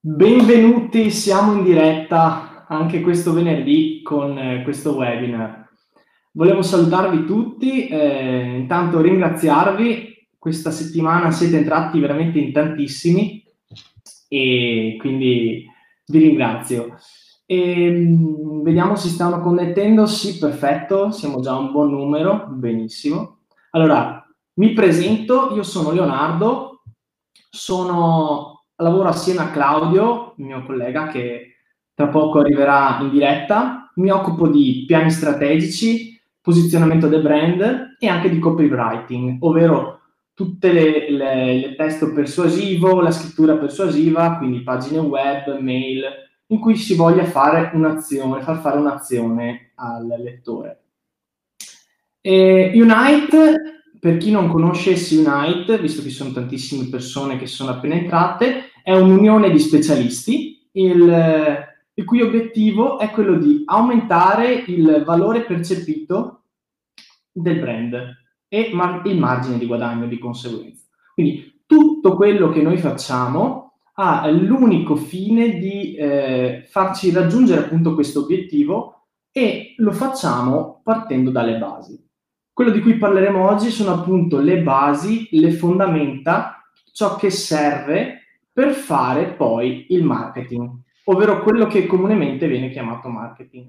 Benvenuti, siamo in diretta anche questo venerdì con questo webinar. Volevo salutarvi tutti, intanto ringraziarvi, questa settimana siete entrati veramente in tantissimi e quindi vi ringrazio. Vediamo se stanno connettendo, sì, perfetto, siamo già a un buon numero, benissimo. Allora, mi presento, io sono Leonardo, lavoro assieme a Claudio, il mio collega che tra poco arriverà in diretta. Mi occupo di piani strategici, posizionamento del brand e anche di copywriting, ovvero tutte il testo persuasivo, la scrittura persuasiva, quindi pagine web, mail, in cui si voglia fare un'azione, far fare un'azione al lettore. Unite, per chi non conoscesse Unite, visto che ci sono tantissime persone che sono appena entrate, è un'unione di specialisti, il cui obiettivo è quello di aumentare il valore percepito del brand e il margine di guadagno di conseguenza. Quindi tutto quello che noi facciamo ha l'unico fine di farci raggiungere appunto questo obiettivo e lo facciamo partendo dalle basi. Quello di cui parleremo oggi sono appunto le basi, le fondamenta, ciò che serve per fare poi il marketing, ovvero quello che comunemente viene chiamato marketing.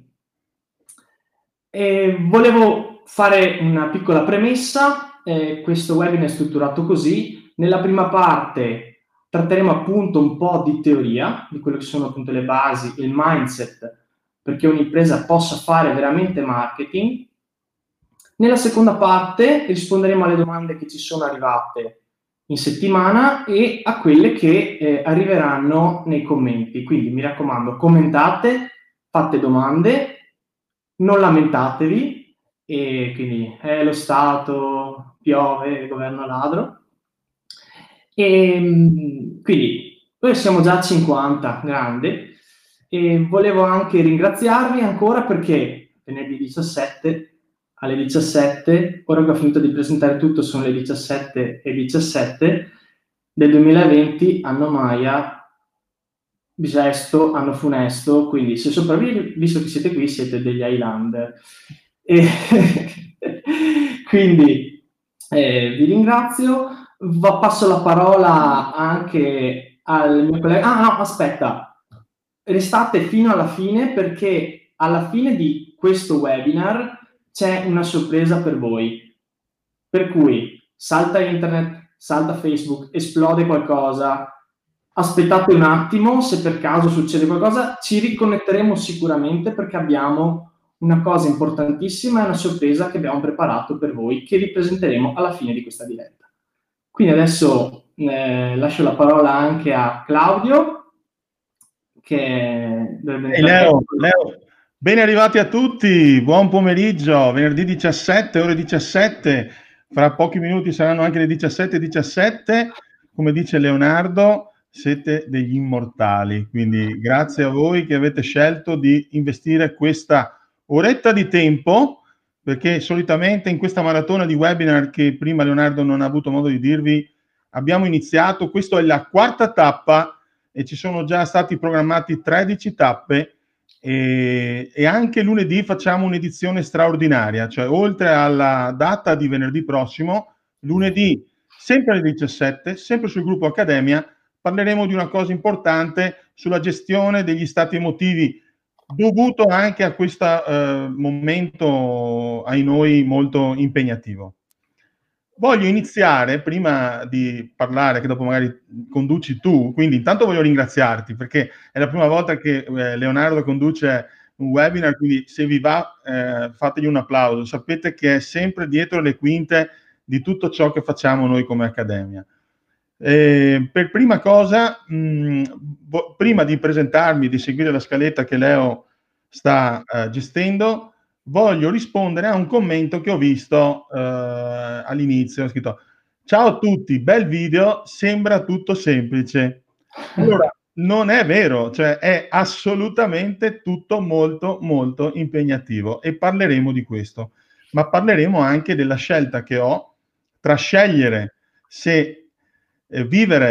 Volevo fare una piccola premessa, questo webinar è strutturato così. Nella prima parte tratteremo appunto un po' di teoria, di quello che sono appunto le basi, il mindset, perché un'impresa possa fare veramente marketing. Nella seconda parte risponderemo alle domande che ci sono arrivate in settimana e a quelle che arriveranno nei commenti. Quindi mi raccomando, commentate, fate domande, non lamentatevi, e quindi lo Stato, piove, il governo ladro. Quindi noi siamo già a 50, grande, e volevo anche ringraziarvi ancora perché venerdì 17 alle 17, ora che ho finito di presentare tutto sono le 17:17 del 2020, anno Maya, bisesto, anno funesto, quindi se sopravvivi, visto che siete qui, siete degli Highlander. E quindi vi ringrazio, passo la parola anche al mio collega. Ah no, aspetta, restate fino alla fine perché alla fine di questo webinar c'è una sorpresa per voi. Per cui salta internet, salta Facebook, esplode qualcosa, aspettate un attimo, se per caso succede qualcosa, ci riconnetteremo sicuramente perché abbiamo una cosa importantissima e una sorpresa che abbiamo preparato per voi, che vi presenteremo alla fine di questa diretta. Quindi adesso lascio la parola anche a Claudio, che dovrebbe entrare. Leo, ben arrivati a tutti, buon pomeriggio, venerdì 17, ore 17, fra pochi minuti saranno anche le 17:17, come dice Leonardo, siete degli immortali, quindi grazie a voi che avete scelto di investire questa oretta di tempo, perché solitamente in questa maratona di webinar che prima Leonardo non ha avuto modo di dirvi, abbiamo iniziato, questa è la quarta tappa, e ci sono già stati programmati 13 tappe e anche lunedì facciamo un'edizione straordinaria, cioè oltre alla data di venerdì prossimo, lunedì sempre alle 17, sempre sul gruppo Accademia, parleremo di una cosa importante sulla gestione degli stati emotivi dovuto anche a questo momento, ai noi, molto impegnativo. Voglio iniziare, prima di parlare, che dopo magari conduci tu, quindi intanto voglio ringraziarti perché è la prima volta che Leonardo conduce un webinar, quindi se vi va fategli un applauso, sapete che è sempre dietro le quinte di tutto ciò che facciamo noi come Accademia. Per prima cosa, prima di presentarmi, di seguire la scaletta che Leo sta gestendo, voglio rispondere a un commento che ho visto all'inizio. Ho scritto: ciao a tutti, bel video, sembra tutto semplice. Allora, non è vero, cioè è assolutamente tutto molto molto impegnativo e parleremo di questo, ma parleremo anche della scelta che ho tra scegliere se vivere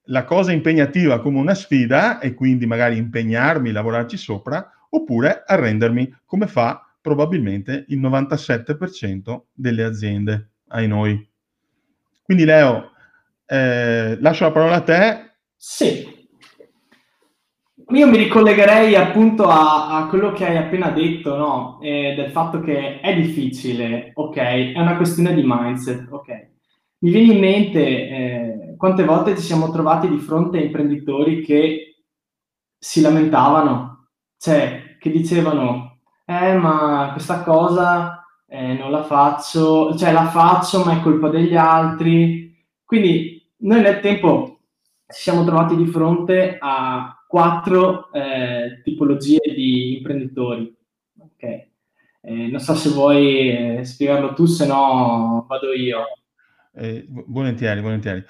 la cosa impegnativa come una sfida e quindi magari impegnarmi, lavorarci sopra, oppure arrendermi come fa probabilmente il 97% delle aziende, ai noi. Quindi Leo, lascio la parola a te. Sì. Io mi ricollegherei appunto a quello che hai appena detto, no? Del fatto che è difficile, ok? È una questione di mindset, ok? Mi viene in mente quante volte ci siamo trovati di fronte a imprenditori che si lamentavano, cioè che dicevano, ma questa cosa non la faccio, cioè la faccio ma è colpa degli altri. Quindi noi nel tempo ci siamo trovati di fronte a 4 tipologie di imprenditori. Ok. Non so se vuoi spiegarlo tu, se no vado io. Volentieri, volentieri.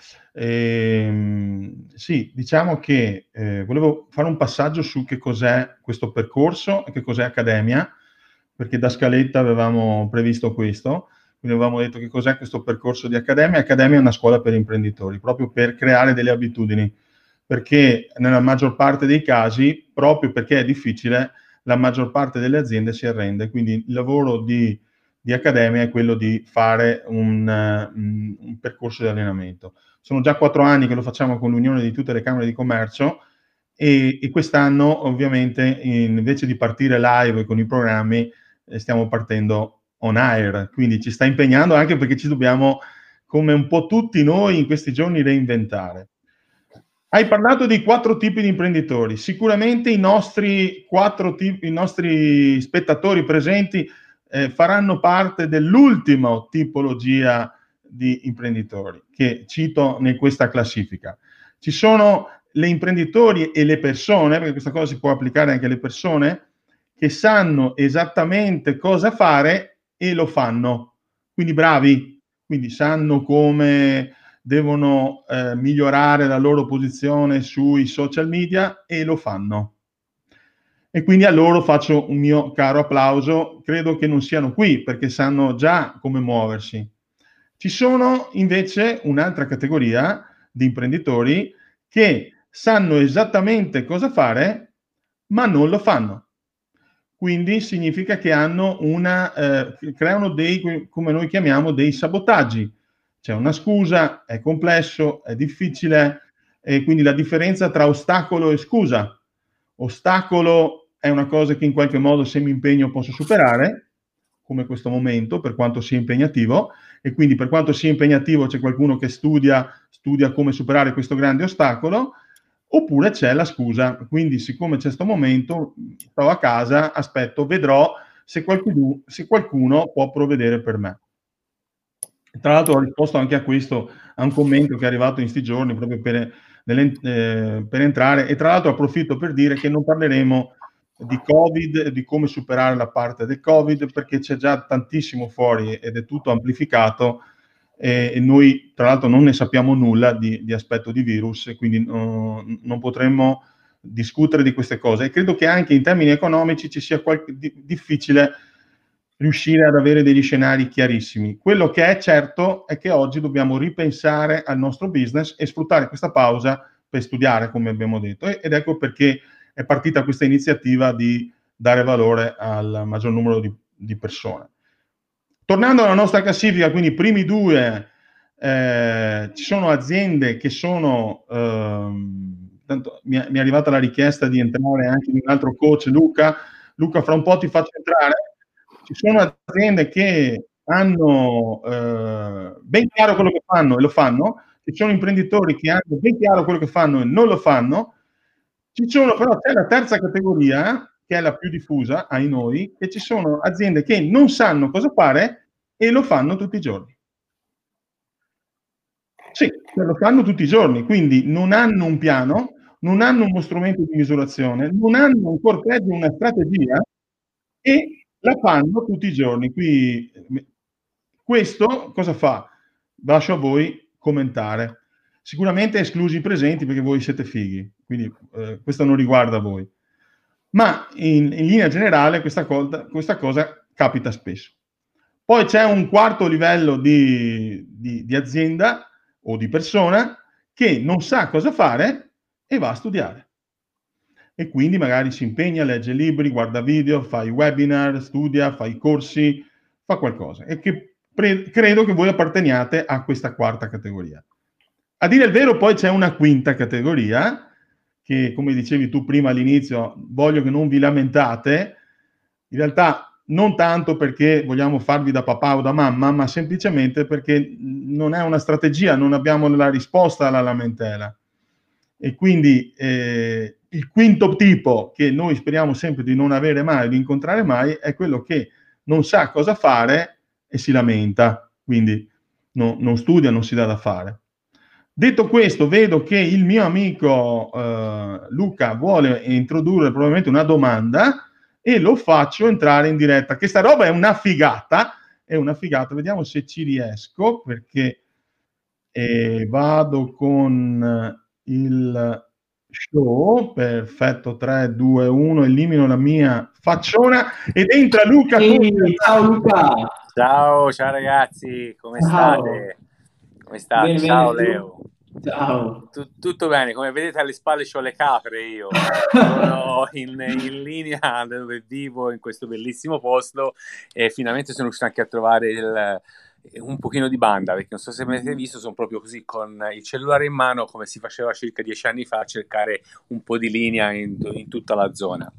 Sì, diciamo che volevo fare un passaggio su che cos'è questo percorso e che cos'è Accademia, perché da scaletta avevamo previsto questo, quindi avevamo detto che cos'è questo percorso di Accademia. Accademia è una scuola per imprenditori, proprio per creare delle abitudini, perché nella maggior parte dei casi, proprio perché è difficile, la maggior parte delle aziende si arrende, quindi il lavoro di Accademia è quello di fare un percorso di allenamento. Sono già 4 anni che lo facciamo con l'Unione di tutte le Camere di Commercio e quest'anno ovviamente invece di partire live con i programmi stiamo partendo on air, quindi ci sta impegnando anche perché ci dobbiamo, come un po' tutti noi in questi giorni, reinventare. Hai parlato di 4 tipi di imprenditori. Sicuramente i nostri spettatori presenti faranno parte dell'ultima tipologia di imprenditori che cito in questa classifica. Ci sono le imprenditori e le persone, perché questa cosa si può applicare anche alle persone, che sanno esattamente cosa fare e lo fanno. Quindi bravi, quindi sanno come devono migliorare la loro posizione sui social media e lo fanno. E quindi a loro faccio un mio caro applauso, credo che non siano qui perché sanno già come muoversi. Ci sono invece un'altra categoria di imprenditori che sanno esattamente cosa fare, ma non lo fanno. Quindi significa che hanno creano dei, come noi chiamiamo, dei sabotaggi. C'è una scusa, è complesso, è difficile, e quindi la differenza tra ostacolo e scusa. Ostacolo è una cosa che in qualche modo, se mi impegno, posso superare, come questo momento, per quanto sia impegnativo, e quindi per quanto sia impegnativo c'è qualcuno che studia come superare questo grande ostacolo, oppure c'è la scusa. Quindi siccome c'è questo momento, sto a casa, aspetto, vedrò se qualcuno può provvedere per me. Tra l'altro ho risposto anche a questo, a un commento che è arrivato in sti giorni proprio per entrare, e tra l'altro approfitto per dire che non parleremo di Covid, di come superare la parte del Covid, perché c'è già tantissimo fuori ed è tutto amplificato e noi tra l'altro non ne sappiamo nulla di aspetto di virus e quindi non potremmo discutere di queste cose. E credo che anche in termini economici ci sia difficile riuscire ad avere degli scenari chiarissimi. Quello che è certo è che oggi dobbiamo ripensare al nostro business e sfruttare questa pausa per studiare, come abbiamo detto, ed ecco perché è partita questa iniziativa di dare valore al maggior numero di persone. Tornando alla nostra classifica, quindi i primi 2, ci sono aziende che sono, tanto mi è arrivata la richiesta di entrare anche di un altro coach, Luca. Luca, fra un po' ti faccio entrare. Ci sono aziende che hanno ben chiaro quello che fanno e lo fanno, ci sono imprenditori che hanno ben chiaro quello che fanno e non lo fanno, però c'è la terza categoria, che è la più diffusa, ai noi, che ci sono aziende che non sanno cosa fare e lo fanno tutti i giorni. Sì, lo fanno tutti i giorni, quindi non hanno un piano, non hanno uno strumento di misurazione, non hanno ancor peggio una strategia e la fanno tutti i giorni. Questo cosa fa? Lascio a voi commentare. Sicuramente esclusi i presenti perché voi siete fighi, quindi questo non riguarda voi. Ma in linea generale questa cosa capita spesso. Poi c'è un quarto livello di azienda o di persona che non sa cosa fare e va a studiare. E quindi magari si impegna, legge libri, guarda video, fa i webinar, studia, fa i corsi, fa qualcosa. E che credo che voi apparteniate a questa quarta categoria. A dire il vero, poi c'è una quinta categoria, che come dicevi tu prima all'inizio, voglio che non vi lamentate, in realtà non tanto perché vogliamo farvi da papà o da mamma, ma semplicemente perché non è una strategia, non abbiamo la risposta alla lamentela. E quindi il quinto tipo, che noi speriamo sempre di non avere mai, di incontrare mai, è quello che non sa cosa fare e si lamenta, quindi non studia, non si dà da fare. Detto questo, vedo che il mio amico Luca vuole introdurre probabilmente una domanda e lo faccio entrare in diretta. Questa roba è una figata, vediamo se ci riesco, perché vado con il show, perfetto, 3, 2, 1, elimino la mia facciona ed entra Luca. Ciao Luca! Ciao ragazzi, come Ciao. state? Come state? Bene, Ciao bene, Leo. Ciao. Tutto bene, come vedete alle spalle c'ho le capre io, sono in linea dove vivo in questo bellissimo posto e finalmente sono riuscito anche a trovare un pochino di banda, perché non so se avete visto, sono proprio così con il cellulare in mano come si faceva circa 10 anni fa a cercare un po' di linea in tutta la zona.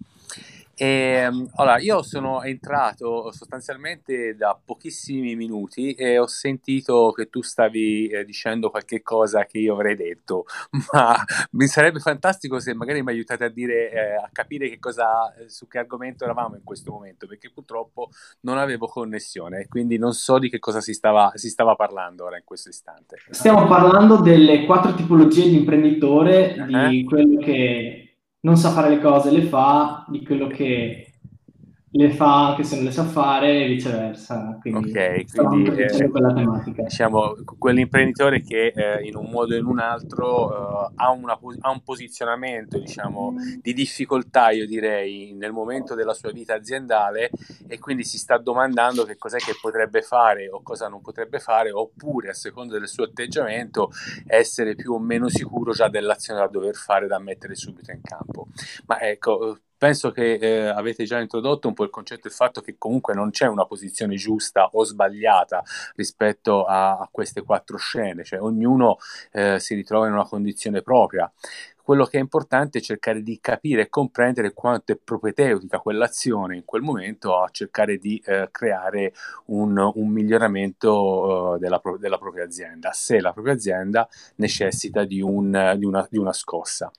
Allora, io sono entrato sostanzialmente da pochissimi minuti e ho sentito che tu stavi dicendo qualche cosa che io avrei detto, ma mi sarebbe fantastico se magari mi aiutate a dire, a capire che cosa, su che argomento eravamo in questo momento, perché purtroppo non avevo connessione, quindi non so di che cosa si stava parlando ora in questo istante. Stiamo parlando delle 4 tipologie di imprenditore, di quello che non sa fare le cose, le fa, di quello che le fa anche se non le sa fare e viceversa. Quindi stavamo introducendo quella tematica. Diciamo, quell'imprenditore che in un modo o in un altro ha un posizionamento, diciamo, di difficoltà, io direi, nel momento della sua vita aziendale e quindi si sta domandando che cos'è che potrebbe fare o cosa non potrebbe fare, oppure a seconda del suo atteggiamento essere più o meno sicuro già dell'azione da dover fare, da mettere subito in campo. Ma ecco, penso che avete già introdotto un po' il concetto del fatto che comunque non c'è una posizione giusta o sbagliata rispetto a queste 4 scene, cioè ognuno si ritrova in una condizione propria. Quello che è importante è cercare di capire e comprendere quanto è propedeutica quell'azione in quel momento a cercare di creare un miglioramento della propria azienda, se la propria azienda necessita di una scossa.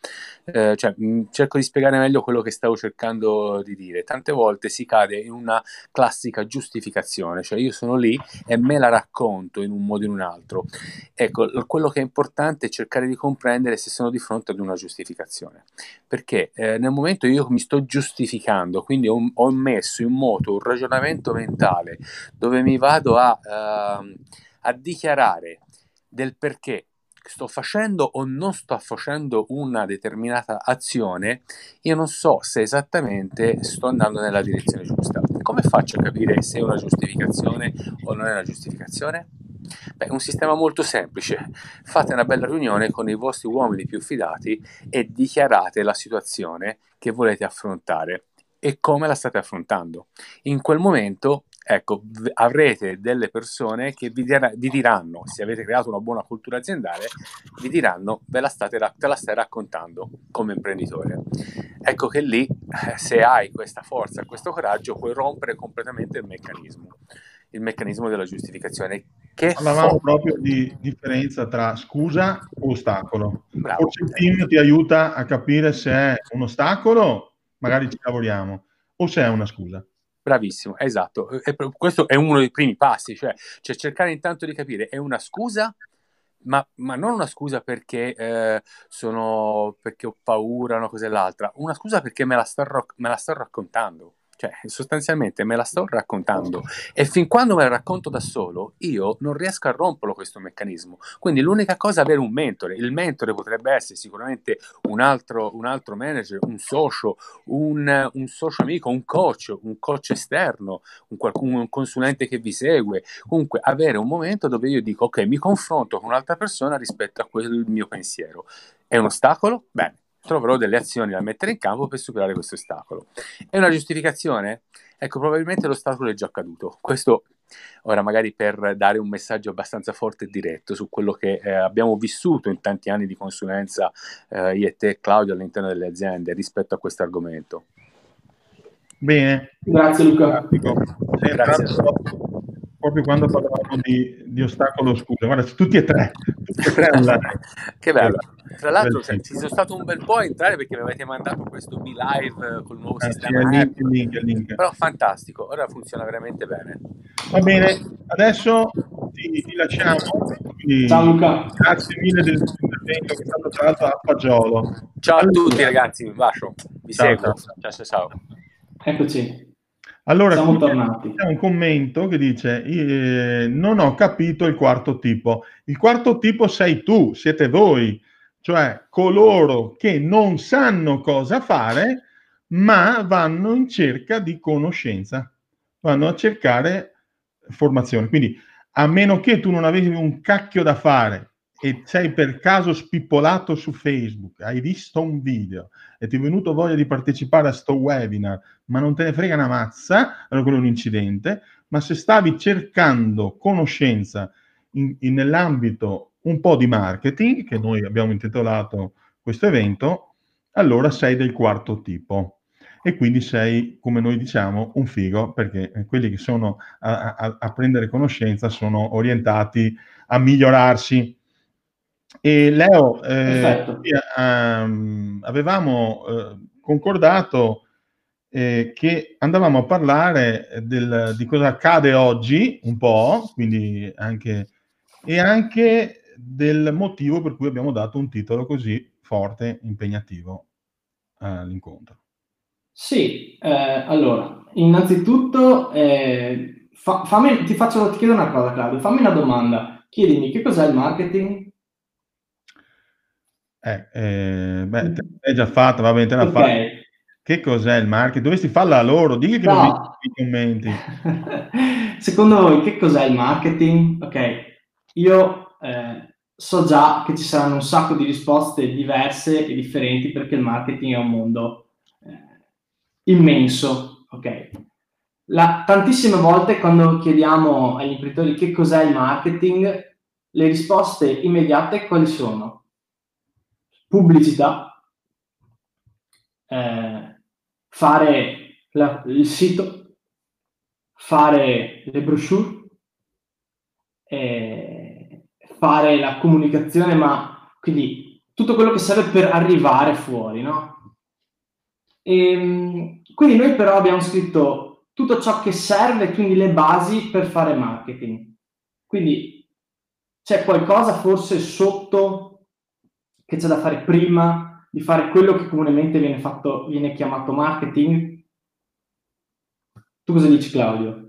Cerco di spiegare meglio quello che stavo cercando di dire. Tante volte si cade in una classica giustificazione, cioè io sono lì e me la racconto in un modo o in un altro. Ecco, quello che è importante è cercare di comprendere se sono di fronte ad una giustificazione, perché nel momento io mi sto giustificando, quindi ho messo in moto un ragionamento mentale dove mi vado a dichiarare del perché sto facendo o non sto facendo una determinata azione, io non so se esattamente sto andando nella direzione giusta. Come faccio a capire se è una giustificazione o non è una giustificazione? Beh, un sistema molto semplice. Fate una bella riunione con i vostri uomini più fidati e dichiarate la situazione che volete affrontare e come la state affrontando. In quel momento, ecco, avrete delle persone che vi diranno, se avete creato una buona cultura aziendale, vi diranno, te la stai raccontando come imprenditore. Ecco che lì, se hai questa forza, questo coraggio, puoi rompere completamente il meccanismo della giustificazione. Parlavamo proprio di differenza tra scusa o ostacolo. Bravo. Forse il team ti aiuta a capire se è un ostacolo, magari ci lavoriamo, o se è una scusa. Bravissimo, esatto. Questo è uno dei primi passi, cioè cercare intanto di capire, è una scusa, ma non una scusa perché perché ho paura, una cosa e l'altra, una scusa perché me la sto raccontando. Cioè, sostanzialmente me la sto raccontando e fin quando me la racconto da solo, io non riesco a romperlo questo meccanismo. Quindi l'unica cosa è avere un mentore. Il mentore potrebbe essere sicuramente un altro manager, un socio, un socio amico, un coach esterno, un consulente che vi segue. Comunque avere un momento dove io dico, ok, mi confronto con un'altra persona rispetto a quel mio pensiero. È un ostacolo? Bene. Troverò delle azioni da mettere in campo per superare questo ostacolo. È una giustificazione? Ecco, probabilmente l'ostacolo è già accaduto. Questo ora magari per dare un messaggio abbastanza forte e diretto su quello che abbiamo vissuto in tanti anni di consulenza, io e te, Claudio, all'interno delle aziende rispetto a questo argomento. Bene. Grazie Luca. Grazie. Proprio quando parlavamo di ostacolo, scusa, guarda, tutti e tre online. Che bello. Tra l'altro ci sono stato un bel po' a entrare perché mi avete mandato questo B-Live col nuovo sistema. Sì, il link. Però fantastico, ora funziona veramente bene. Va bene, adesso ti lasciamo. Ciao Luca. Grazie mille dell'intervento che è stato tra l'altro a fagiolo. Ciao a tutti ragazzi, vi bacio, vi seguo. Ciao. Eccoci. Allora, siamo tornati. C'è un commento che dice non ho capito il quarto tipo. Il quarto tipo sei tu, siete voi, cioè coloro che non sanno cosa fare ma vanno in cerca di conoscenza, vanno a cercare formazione. Quindi a meno che tu non avevi un cacchio da fare e sei per caso spippolato su Facebook, hai visto un video e ti è venuto voglia di partecipare a sto webinar, ma non te ne frega una mazza, allora quello è un incidente. Ma se stavi cercando conoscenza nell'ambito un po' di marketing, che noi abbiamo intitolato questo evento, allora sei del quarto tipo. E quindi sei, come noi diciamo, un figo, perché quelli che sono a prendere conoscenza sono orientati a migliorarsi. E Leo, avevamo concordato che andavamo a parlare di cosa accade oggi, un po', quindi anche del motivo per cui abbiamo dato un titolo così forte, impegnativo all'incontro. Sì, allora, innanzitutto ti chiedo una cosa, Claudio, fammi una domanda. Chiedimi, che cos'è il marketing? Te l'hai già fatta, va bene, te l'ha fatta. Che cos'è il marketing? Dovresti farla a loro, digli che non vedi nei commenti. Secondo voi che cos'è il marketing? Ok, io so già che ci saranno un sacco di risposte diverse e differenti perché il marketing è un mondo immenso, ok? Tantissime volte quando chiediamo agli imprenditori che cos'è il marketing, le risposte immediate quali sono? Pubblicità, fare il sito, fare le brochure, fare la comunicazione, ma quindi tutto quello che serve per arrivare fuori, no? Quindi noi però abbiamo scritto tutto ciò che serve, quindi le basi per fare marketing. Quindi c'è qualcosa forse sotto che c'è da fare prima di fare quello che comunemente viene chiamato marketing? Tu cosa dici, Claudio?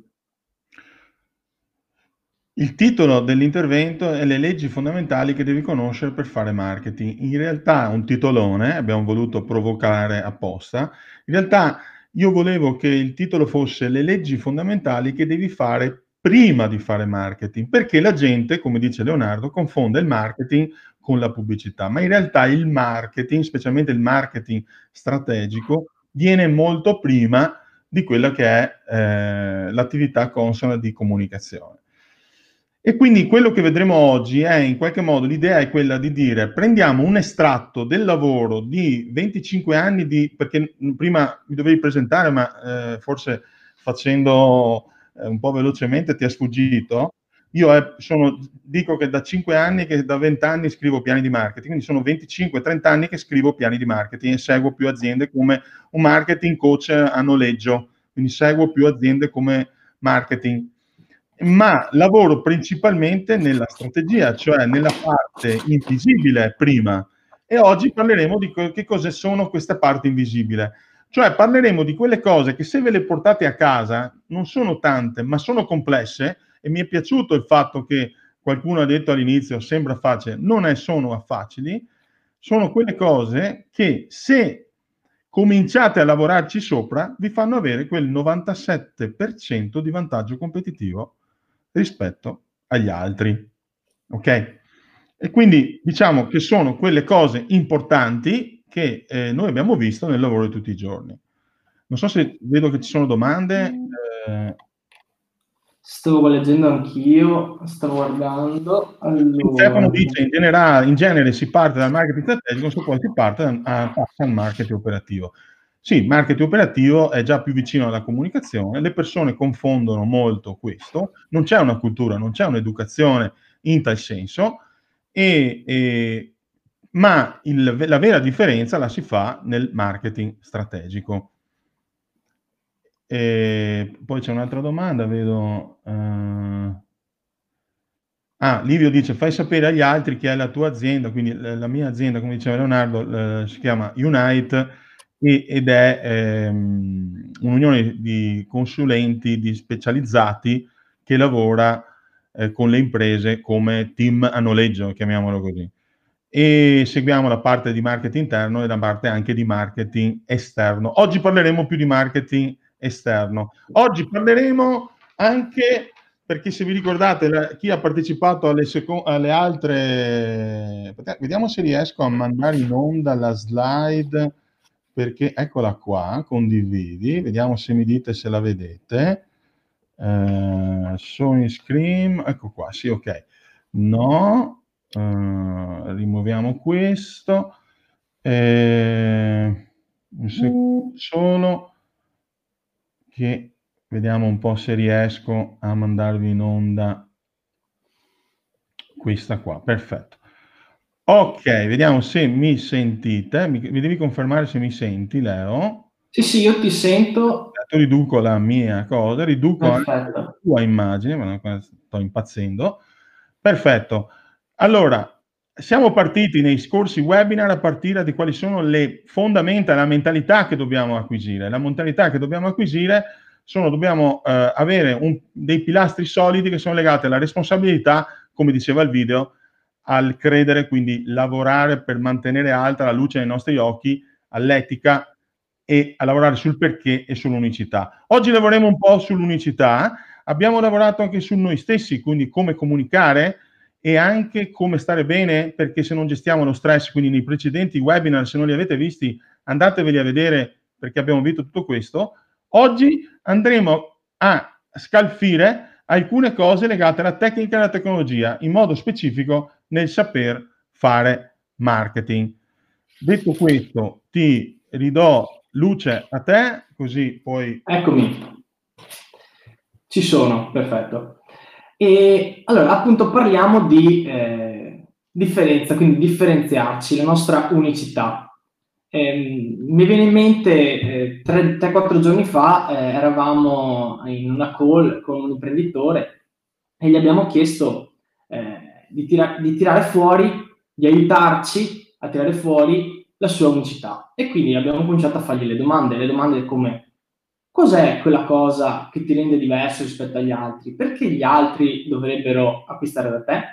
Il titolo dell'intervento è le leggi fondamentali che devi conoscere per fare marketing. In realtà è un titolone, abbiamo voluto provocare apposta. In realtà io volevo che il titolo fosse le leggi fondamentali che devi fare prima di fare marketing, perché la gente, come dice Leonardo, confonde il marketing con la pubblicità, ma in realtà il marketing, specialmente il marketing strategico, viene molto prima di quella che è l'attività consona di comunicazione. E quindi quello che vedremo oggi è in qualche modo, l'idea è quella di dire prendiamo un estratto del lavoro di 25 anni perché prima mi dovevi presentare ma forse facendo un po' velocemente ti è sfuggito. Io dico che da 5 anni, che da 20 anni scrivo piani di marketing, quindi sono 25-30 anni che scrivo piani di marketing e seguo più aziende come un marketing coach a noleggio, quindi seguo più aziende come marketing. Ma lavoro principalmente nella strategia, cioè nella parte invisibile prima. E oggi parleremo di che cosa sono queste parti invisibili. Cioè parleremo di quelle cose che se ve le portate a casa non sono tante, ma sono complesse, e mi è piaciuto il fatto che qualcuno ha detto all'inizio sembra facile, non sono facili, sono quelle cose che se cominciate a lavorarci sopra vi fanno avere quel 97% di vantaggio competitivo rispetto agli altri. Ok? E quindi diciamo che sono quelle cose importanti che noi abbiamo visto nel lavoro di tutti i giorni. Non so se vedo che ci sono domande. Stavo leggendo anch'io, stavo guardando. Stefano Allora, dice in genere si parte dal marketing strategico, poi si passa al marketing operativo. Sì, il marketing operativo è già più vicino alla comunicazione, le persone confondono molto questo, non c'è una cultura, non c'è un'educazione in tal senso, ma la vera differenza la si fa nel marketing strategico. Poi c'è un'altra domanda, vedo. Livio dice: fai sapere agli altri che è la tua azienda, quindi la mia azienda, come diceva Leonardo, si chiama Unite ed è un'unione di consulenti specializzati che lavora con le imprese come team a noleggio, chiamiamolo così. E seguiamo la parte di marketing interno e la parte anche di marketing esterno. Oggi parleremo più di marketing esterno. Oggi parleremo anche, perché se vi ricordate, chi ha partecipato alle altre... Vediamo se riesco a mandare in onda la slide, perché eccola qua, condividi, vediamo se mi dite se la vedete. Sono in screen, ecco qua, sì, ok. No, rimuoviamo questo. Un secondo solo, che vediamo un po' se riesco a mandarvi in onda questa qua. Perfetto. Ok, vediamo se mi sentite. Mi devi confermare se mi senti, Leo. sì, io ti sento. Riduco la mia cosa, riduco anche la tua immagine, ma sto impazzendo. Perfetto. Allora, siamo partiti nei scorsi webinar a partire di quali sono le fondamenta, la mentalità che dobbiamo acquisire. La mentalità che dobbiamo acquisire dobbiamo avere dei pilastri solidi che sono legati alla responsabilità, come diceva il video, al credere, quindi lavorare per mantenere alta la luce nei nostri occhi, all'etica e a lavorare sul perché e sull'unicità. Oggi lavoriamo un po' sull'unicità, abbiamo lavorato anche su noi stessi, quindi come comunicare e anche come stare bene, perché se non gestiamo lo stress, quindi nei precedenti webinar, se non li avete visti, andateveli a vedere perché abbiamo visto tutto questo. Oggi andremo a scalfire alcune cose legate alla tecnica e alla tecnologia, in modo specifico nel saper fare marketing. Detto questo, ti ridò luce a te, così poi... Eccomi. Ci sono, perfetto. E allora, appunto, parliamo di differenza, quindi differenziarci, la nostra unicità. Mi viene in mente 3-4 giorni fa eravamo in una call con un imprenditore e gli abbiamo chiesto di tirare fuori, di aiutarci a tirare fuori la sua unicità. E quindi abbiamo cominciato a fargli le domande come: cos'è quella cosa che ti rende diverso rispetto agli altri? Perché gli altri dovrebbero acquistare da te?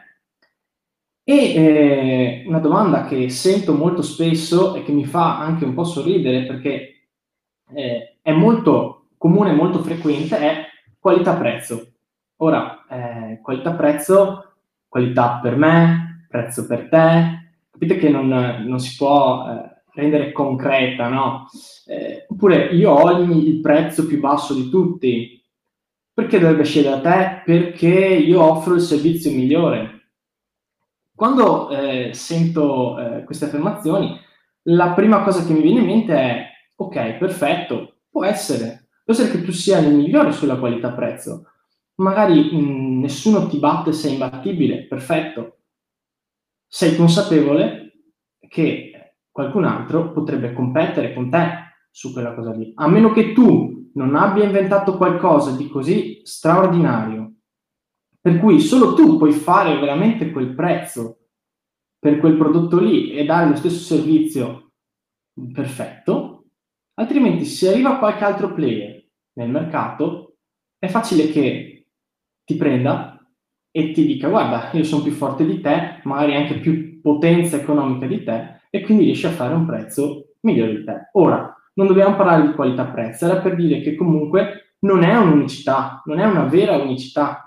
E una domanda che sento molto spesso e che mi fa anche un po' sorridere, perché è molto comune, molto frequente, è qualità-prezzo. Ora, qualità-prezzo, qualità per me, prezzo per te, capite che non si può rendere concreta, no? Oppure io ho il prezzo più basso di tutti, perché dovrebbe scegliere te? Perché io offro il servizio migliore. Quando sento queste affermazioni, la prima cosa che mi viene in mente è: ok, perfetto, può essere che tu sia il migliore sulla qualità-prezzo, magari nessuno ti batte, sei imbattibile, perfetto. Sei consapevole che qualcun altro potrebbe competere con te su quella cosa lì, a meno che tu non abbia inventato qualcosa di così straordinario, per cui solo tu puoi fare veramente quel prezzo per quel prodotto lì e dare lo stesso servizio perfetto. Altrimenti, se arriva qualche altro player nel mercato, è facile che ti prenda e ti dica: guarda, io sono più forte di te, magari anche più potenza economica di te, e quindi riesci a fare un prezzo migliore di te. Ora, non dobbiamo parlare di qualità-prezzo, era per dire che comunque non è un'unicità, non è una vera unicità.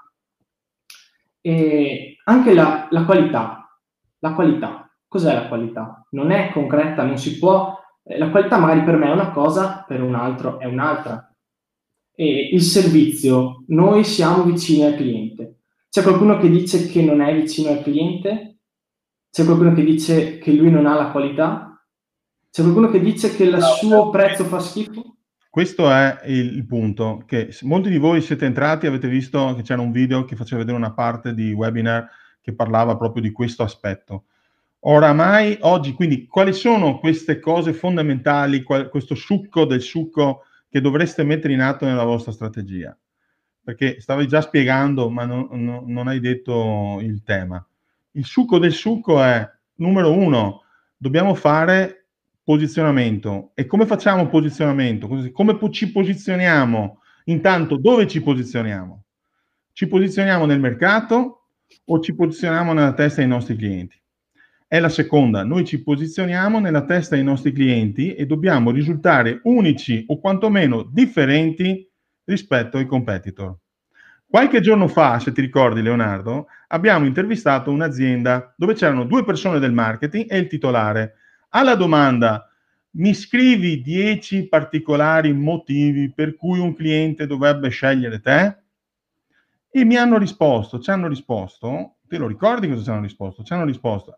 E anche la qualità, cos'è la qualità? Non è concreta, non si può, la qualità magari per me è una cosa, per un altro è un'altra. E il servizio, noi siamo vicini al cliente. C'è qualcuno che dice che non è vicino al cliente? C'è qualcuno che dice che lui non ha la qualità? C'è qualcuno che dice che il suo prezzo fa schifo? Questo è il punto, che molti di voi siete entrati, avete visto che c'era un video che faceva vedere una parte di webinar che parlava proprio di questo aspetto. Oramai oggi, quindi, quali sono queste cose fondamentali, questo succo del succo che dovreste mettere in atto nella vostra strategia? Perché stavi già spiegando, ma non hai detto il tema. Il succo del succo è, numero uno, dobbiamo fare posizionamento. E come facciamo posizionamento? Come ci posizioniamo? Intanto, dove ci posizioniamo? Ci posizioniamo nel mercato o ci posizioniamo nella testa dei nostri clienti? È la seconda, noi ci posizioniamo nella testa dei nostri clienti e dobbiamo risultare unici o quantomeno differenti rispetto ai competitor. Qualche giorno fa, se ti ricordi Leonardo, abbiamo intervistato un'azienda dove c'erano 2 persone del marketing e il titolare. Alla domanda: mi scrivi 10 particolari motivi per cui un cliente dovrebbe scegliere te? E ci hanno risposto, te lo ricordi cosa ci hanno risposto? Ci hanno risposto,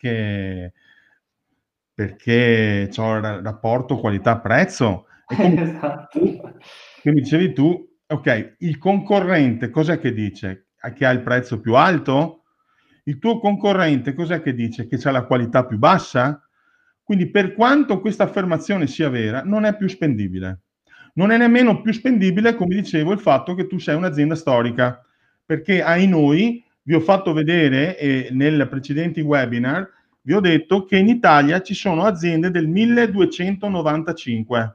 perché c'ho il rapporto qualità-prezzo. E come dicevi tu, ok, il concorrente cos'è che dice? Che ha il prezzo più alto? Il tuo concorrente cos'è che dice? Che c'ha la qualità più bassa? Quindi per quanto questa affermazione sia vera, non è più spendibile. Non è nemmeno più spendibile, come dicevo, il fatto che tu sei un'azienda storica, perché ai noi, vi ho fatto vedere nel precedenti webinar, vi ho detto che in Italia ci sono aziende del 1295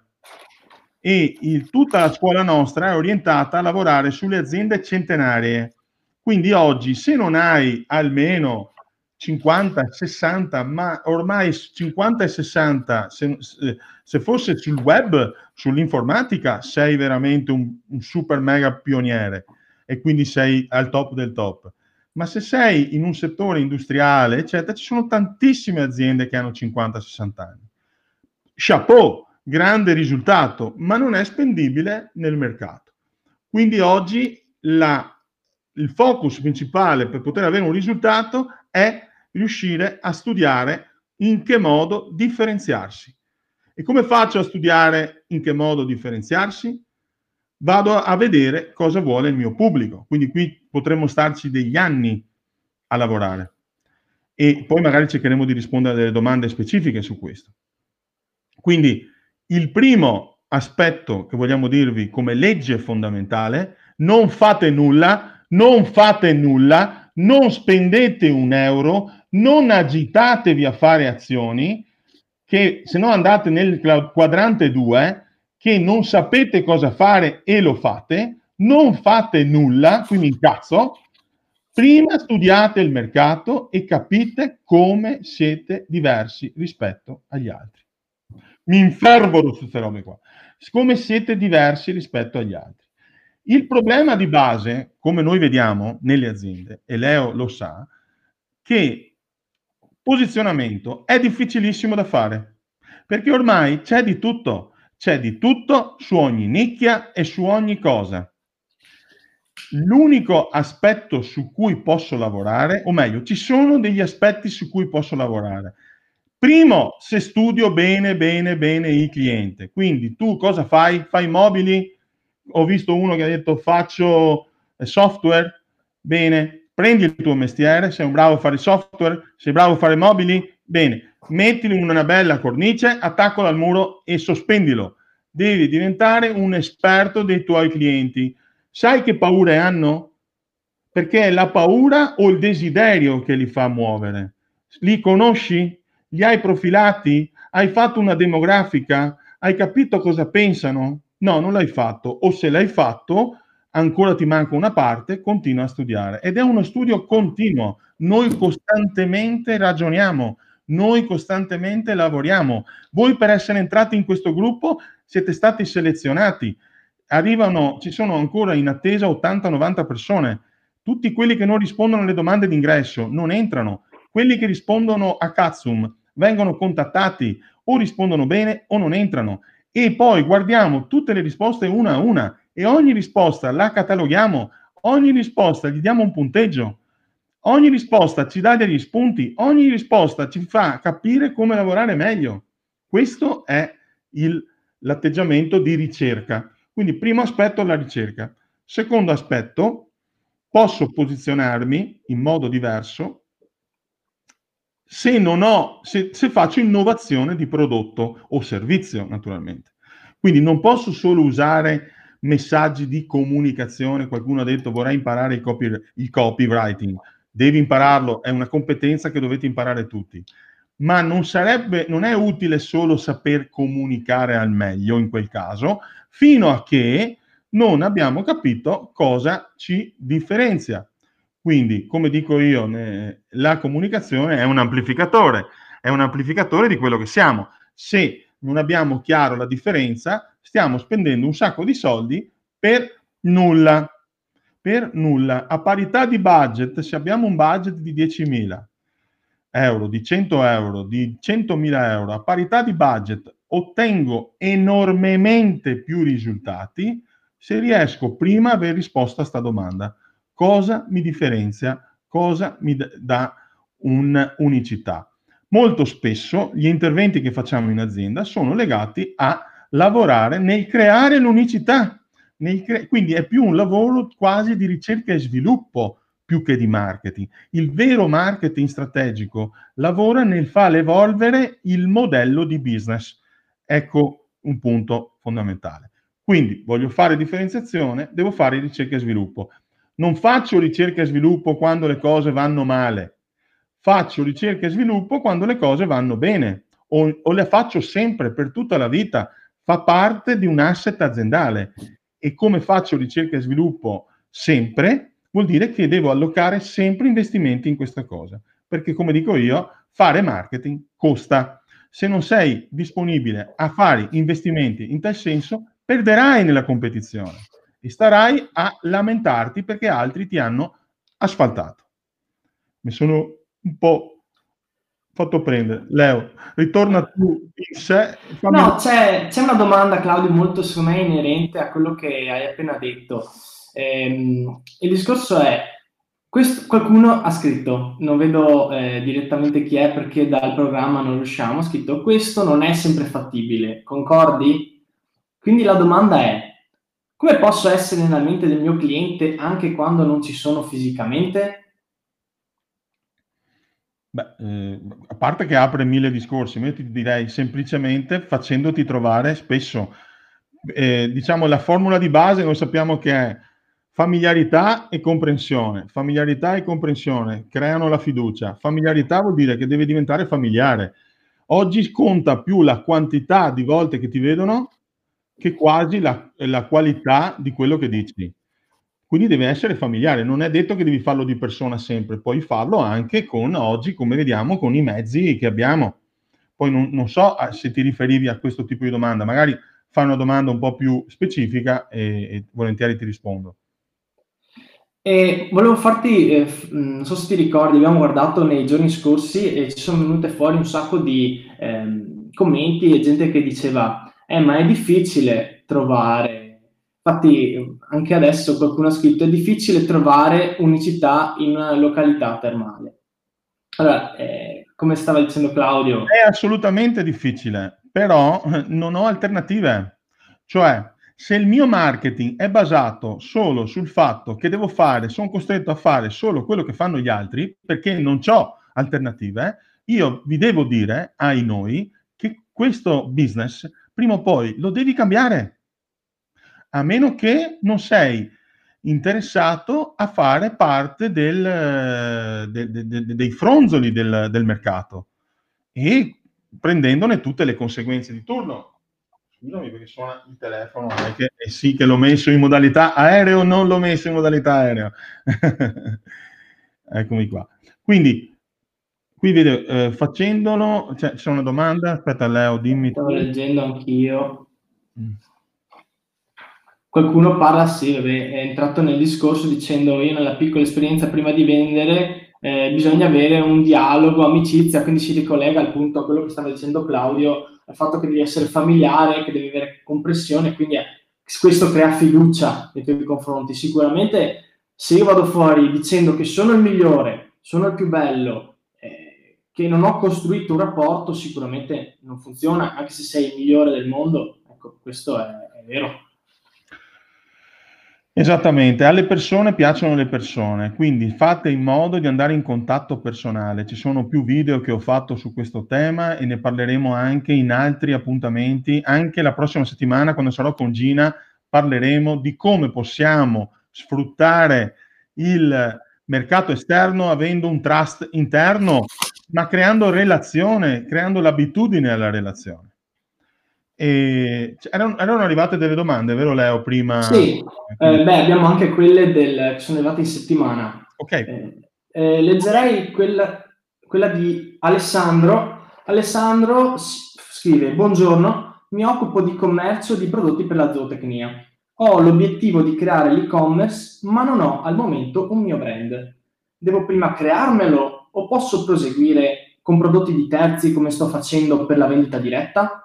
e tutta la scuola nostra è orientata a lavorare sulle aziende centenarie. Quindi oggi, se non hai almeno 50, 60, ma ormai 50 e 60, se fosse sul web, sull'informatica, sei veramente un super mega pioniere e quindi sei al top del top. Ma se sei in un settore industriale, eccetera, ci sono tantissime aziende che hanno 50-60 anni. Chapeau, grande risultato, ma non è spendibile nel mercato. Quindi oggi il focus principale per poter avere un risultato è riuscire a studiare in che modo differenziarsi. E come faccio a studiare in che modo differenziarsi? Vado a vedere cosa vuole il mio pubblico. Quindi qui potremmo starci degli anni a lavorare. E poi magari cercheremo di rispondere a delle domande specifiche su questo. Quindi il primo aspetto che vogliamo dirvi come legge fondamentale: non fate nulla, non spendete un euro, non agitatevi a fare azioni, che se no andate nel quadrante 2, che non sapete cosa fare e lo fate, non fate nulla, quindi incazzo. Prima studiate il mercato e capite come siete diversi rispetto agli altri. Mi infervoro su queste robe qua. Come siete diversi rispetto agli altri. Il problema di base, come noi vediamo nelle aziende, e Leo lo sa, che posizionamento è difficilissimo da fare, perché ormai c'è di tutto su ogni nicchia e su ogni cosa. L'unico aspetto su cui posso lavorare, o meglio, ci sono degli aspetti su cui posso lavorare. Primo, se studio bene il cliente. Quindi tu cosa fai? Fai mobili? Ho visto uno che ha detto faccio software. Bene, prendi il tuo mestiere, sei un bravo a fare software, sei bravo a fare mobili? Bene, mettilo in una bella cornice, attaccalo al muro e sospendilo. Devi diventare un esperto dei tuoi clienti. Sai che paure hanno? Perché è la paura o il desiderio che li fa muovere. Li conosci? Li hai profilati? Hai fatto una demografica? Hai capito cosa pensano? No, non l'hai fatto. O se l'hai fatto, ancora ti manca una parte, continua a studiare. Ed è uno studio continuo. Noi costantemente ragioniamo, noi costantemente lavoriamo. Voi per essere entrati in questo gruppo siete stati selezionati. Ci sono ancora in attesa 80-90 persone. Tutti quelli che non rispondono alle domande d'ingresso non entrano. Quelli che rispondono a Katsum vengono contattati, o rispondono bene o non entrano. E poi guardiamo tutte le risposte una a una e ogni risposta la cataloghiamo, ogni risposta gli diamo un punteggio, ogni risposta ci dà degli spunti, ogni risposta ci fa capire come lavorare meglio. Questo è l'atteggiamento di ricerca. Quindi primo aspetto, la ricerca. Secondo aspetto, posso posizionarmi in modo diverso se faccio innovazione di prodotto o servizio, naturalmente. Quindi non posso solo usare messaggi di comunicazione. Qualcuno ha detto vorrei imparare il copywriting. Devi impararlo, è una competenza che dovete imparare tutti. Ma non è utile solo saper comunicare al meglio in quel caso, fino a che non abbiamo capito cosa ci differenzia. Quindi, come dico io, la comunicazione è un amplificatore di quello che siamo. Se non abbiamo chiaro la differenza, stiamo spendendo un sacco di soldi per nulla. Per nulla. A parità di budget, se abbiamo un budget di 10.000 euro, di 100 euro, di 100.000 euro, a parità di budget ottengo enormemente più risultati se riesco prima a aver risposto a sta domanda. Cosa mi differenzia? Cosa mi dà un'unicità? Molto spesso gli interventi che facciamo in azienda sono legati a lavorare nel creare l'unicità. Quindi è più un lavoro quasi di ricerca e sviluppo più che di marketing. Il vero marketing strategico lavora nel far evolvere il modello di business. Ecco un punto fondamentale. Quindi voglio fare differenziazione, devo fare ricerca e sviluppo. Non faccio ricerca e sviluppo quando le cose vanno male, faccio ricerca e sviluppo quando le cose vanno bene o le faccio sempre per tutta la vita, fa parte di un asset aziendale. E come faccio ricerca e sviluppo sempre, vuol dire che devo allocare sempre investimenti in questa cosa, perché come dico io, fare marketing costa. Se non sei disponibile a fare investimenti in tal senso, perderai nella competizione e starai a lamentarti perché altri ti hanno asfaltato. Mi sono un po' fatto prendere. Leo, ritorna tu in sé. No, c'è una domanda, Claudio, molto secondo me inerente a quello che hai appena detto. Il discorso è, qualcuno ha scritto, non vedo direttamente chi è perché dal programma non riusciamo, ha scritto questo non è sempre fattibile, concordi? Quindi la domanda è, come posso essere nella mente del mio cliente anche quando non ci sono fisicamente? Beh, a parte che apre 1000 discorsi, ma io ti direi semplicemente facendoti trovare spesso, diciamo la formula di base noi sappiamo che è familiarità e comprensione. Familiarità e comprensione creano la fiducia. Familiarità vuol dire che deve diventare familiare. Oggi conta più la quantità di volte che ti vedono che quasi la qualità di quello che dici. Quindi deve essere familiare, non è detto che devi farlo di persona sempre, puoi farlo anche con oggi, come vediamo, con i mezzi che abbiamo. Poi non so se ti riferivi a questo tipo di domanda, magari fai una domanda un po' più specifica e volentieri ti rispondo. E volevo farti, non so se ti ricordi, abbiamo guardato nei giorni scorsi e ci sono venute fuori un sacco di commenti e gente che diceva, ma è difficile trovare, infatti anche adesso qualcuno ha scritto, è difficile trovare unicità in una località termale. Allora, come stava dicendo Claudio... È assolutamente difficile, però non ho alternative. Cioè, se il mio marketing è basato solo sul fatto che sono costretto a fare solo quello che fanno gli altri, perché non ho alternative, io vi devo dire, ai noi, che questo business prima o poi lo devi cambiare, a meno che non sei interessato a fare parte dei fronzoli del mercato e prendendone tutte le conseguenze di turno. Scusami perché suona il telefono, sì che l'ho messo in modalità aereo, non l'ho messo in modalità aereo. Eccomi qua. Quindi, qui vedo, facendolo, c'è una domanda, aspetta Leo, dimmi Stavo tu. leggendo anch'io. Mm. Qualcuno parla, sì, vabbè, è entrato nel discorso dicendo io nella piccola esperienza prima di vendere bisogna avere un dialogo, amicizia, quindi si ricollega al punto a quello che stava dicendo Claudio, al fatto che devi essere familiare, che devi avere comprensione, quindi questo crea fiducia nei tuoi confronti. Sicuramente se io vado fuori dicendo che sono il migliore, sono il più bello, che non ho costruito un rapporto, sicuramente non funziona, anche se sei il migliore del mondo, ecco, questo è vero. Esattamente, alle persone piacciono le persone, quindi fate in modo di andare in contatto personale. Ci sono più video che ho fatto su questo tema e ne parleremo anche in altri appuntamenti. Anche la prossima settimana, quando sarò con Gina, parleremo di come possiamo sfruttare il mercato esterno avendo un trust interno, ma creando relazione, creando l'abitudine alla relazione. Erano arrivate delle domande, vero Leo, prima? Sì, abbiamo anche quelle che sono arrivate in settimana. Ok. Leggerei quella di Alessandro. Alessandro scrive: Buongiorno, mi occupo di commercio di prodotti per la zootecnia. Ho l'obiettivo di creare l'e-commerce, ma non ho al momento un mio brand. Devo prima crearmelo o posso proseguire con prodotti di terzi come sto facendo per la vendita diretta?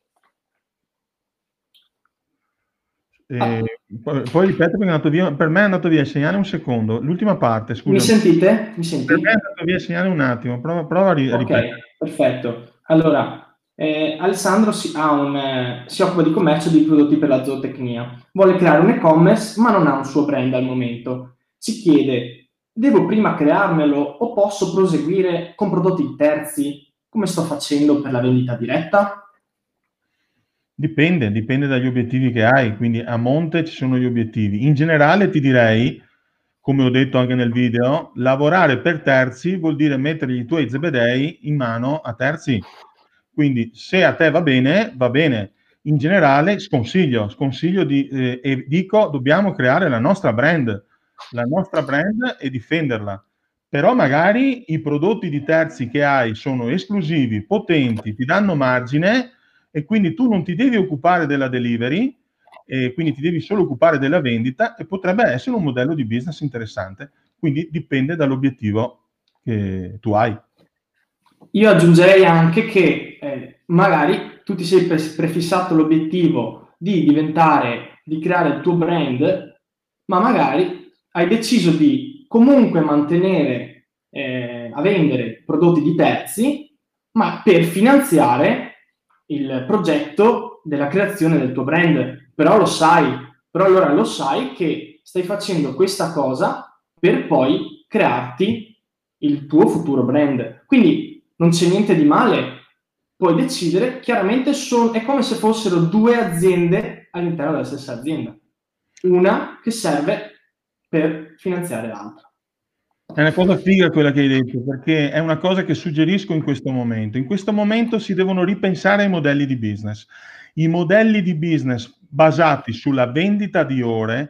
Poi ripeto perché è andato via, per me è andato via il segnale un secondo. L'ultima parte, scusa. Mi sentite? Mi Per me è senti? andato via il segnale un attimo, prova a ripetere. Ok, perfetto. Allora, Alessandro si occupa di commercio di prodotti per la zootecnia. Vuole creare un e-commerce, ma non ha un suo brand al momento. Si chiede, devo prima crearmelo o posso proseguire con prodotti terzi, come sto facendo per la vendita diretta? Dipende dagli obiettivi che hai, quindi a monte ci sono gli obiettivi. In generale ti direi, come ho detto anche nel video, lavorare per terzi vuol dire mettere i tuoi zebedei in mano a terzi. Quindi se a te va bene, va bene. In generale sconsiglio e dico dobbiamo creare la nostra brand e difenderla. Però magari i prodotti di terzi che hai sono esclusivi, potenti, ti danno margine e quindi tu non ti devi occupare della delivery, e quindi ti devi solo occupare della vendita e potrebbe essere un modello di business interessante. Quindi dipende dall'obiettivo che tu hai. Io aggiungerei anche che magari tu ti sei prefissato l'obiettivo di creare il tuo brand, ma magari hai deciso di comunque mantenere, a vendere prodotti di terzi, ma per finanziare il progetto della creazione del tuo brand. Però allora lo sai che stai facendo questa cosa per poi crearti il tuo futuro brand. Quindi non c'è niente di male, puoi decidere, chiaramente è come se fossero due aziende all'interno della stessa azienda, una che serve per finanziare l'altra. È una cosa figa quella che hai detto, perché è una cosa che suggerisco in questo momento. In questo momento si devono ripensare ai modelli di business. I modelli di business basati sulla vendita di ore,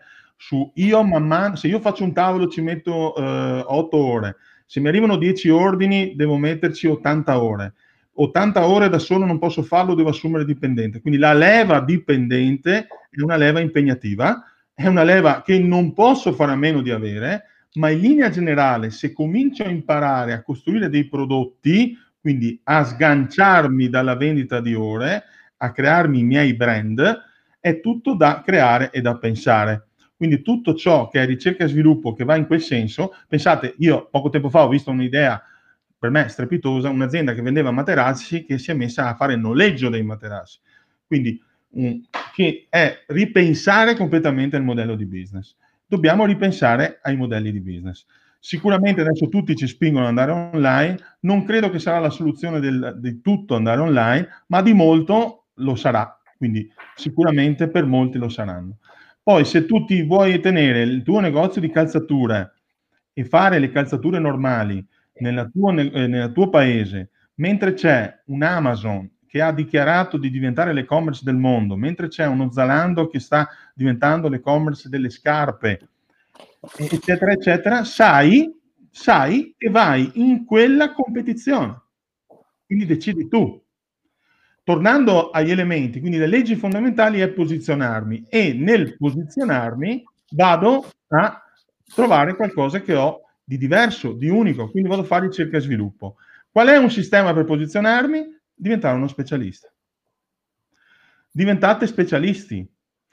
se io faccio un tavolo ci metto 8 ore, se mi arrivano 10 ordini devo metterci 80 ore. 80 ore da solo non posso farlo, devo assumere dipendente. Quindi la leva dipendente è una leva impegnativa, è una leva che non posso fare a meno di avere, ma in linea generale, se comincio a imparare a costruire dei prodotti, quindi a sganciarmi dalla vendita di ore, a crearmi i miei brand, è tutto da creare e da pensare. Quindi tutto ciò che è ricerca e sviluppo che va in quel senso, pensate, io poco tempo fa ho visto un'idea per me strepitosa, un'azienda che vendeva materassi che si è messa a fare il noleggio dei materassi. Quindi che è ripensare completamente il modello di business. Dobbiamo ripensare ai modelli di business. Sicuramente adesso tutti ci spingono ad andare online, non credo che sarà la soluzione di tutto andare online, ma di molto lo sarà, quindi sicuramente per molti lo saranno. Poi se tu ti vuoi tenere il tuo negozio di calzature e fare le calzature normali nel tuo paese, mentre c'è un Amazon che ha dichiarato di diventare l'e-commerce del mondo, mentre c'è uno Zalando che sta diventando l'e-commerce delle scarpe, eccetera, eccetera, sai che vai in quella competizione. Quindi decidi tu. Tornando agli elementi, quindi le leggi fondamentali è posizionarmi, e nel posizionarmi vado a trovare qualcosa che ho di diverso, di unico, quindi vado a fare ricerca e sviluppo. Qual è un sistema per posizionarmi? Diventare uno specialista. Diventate specialisti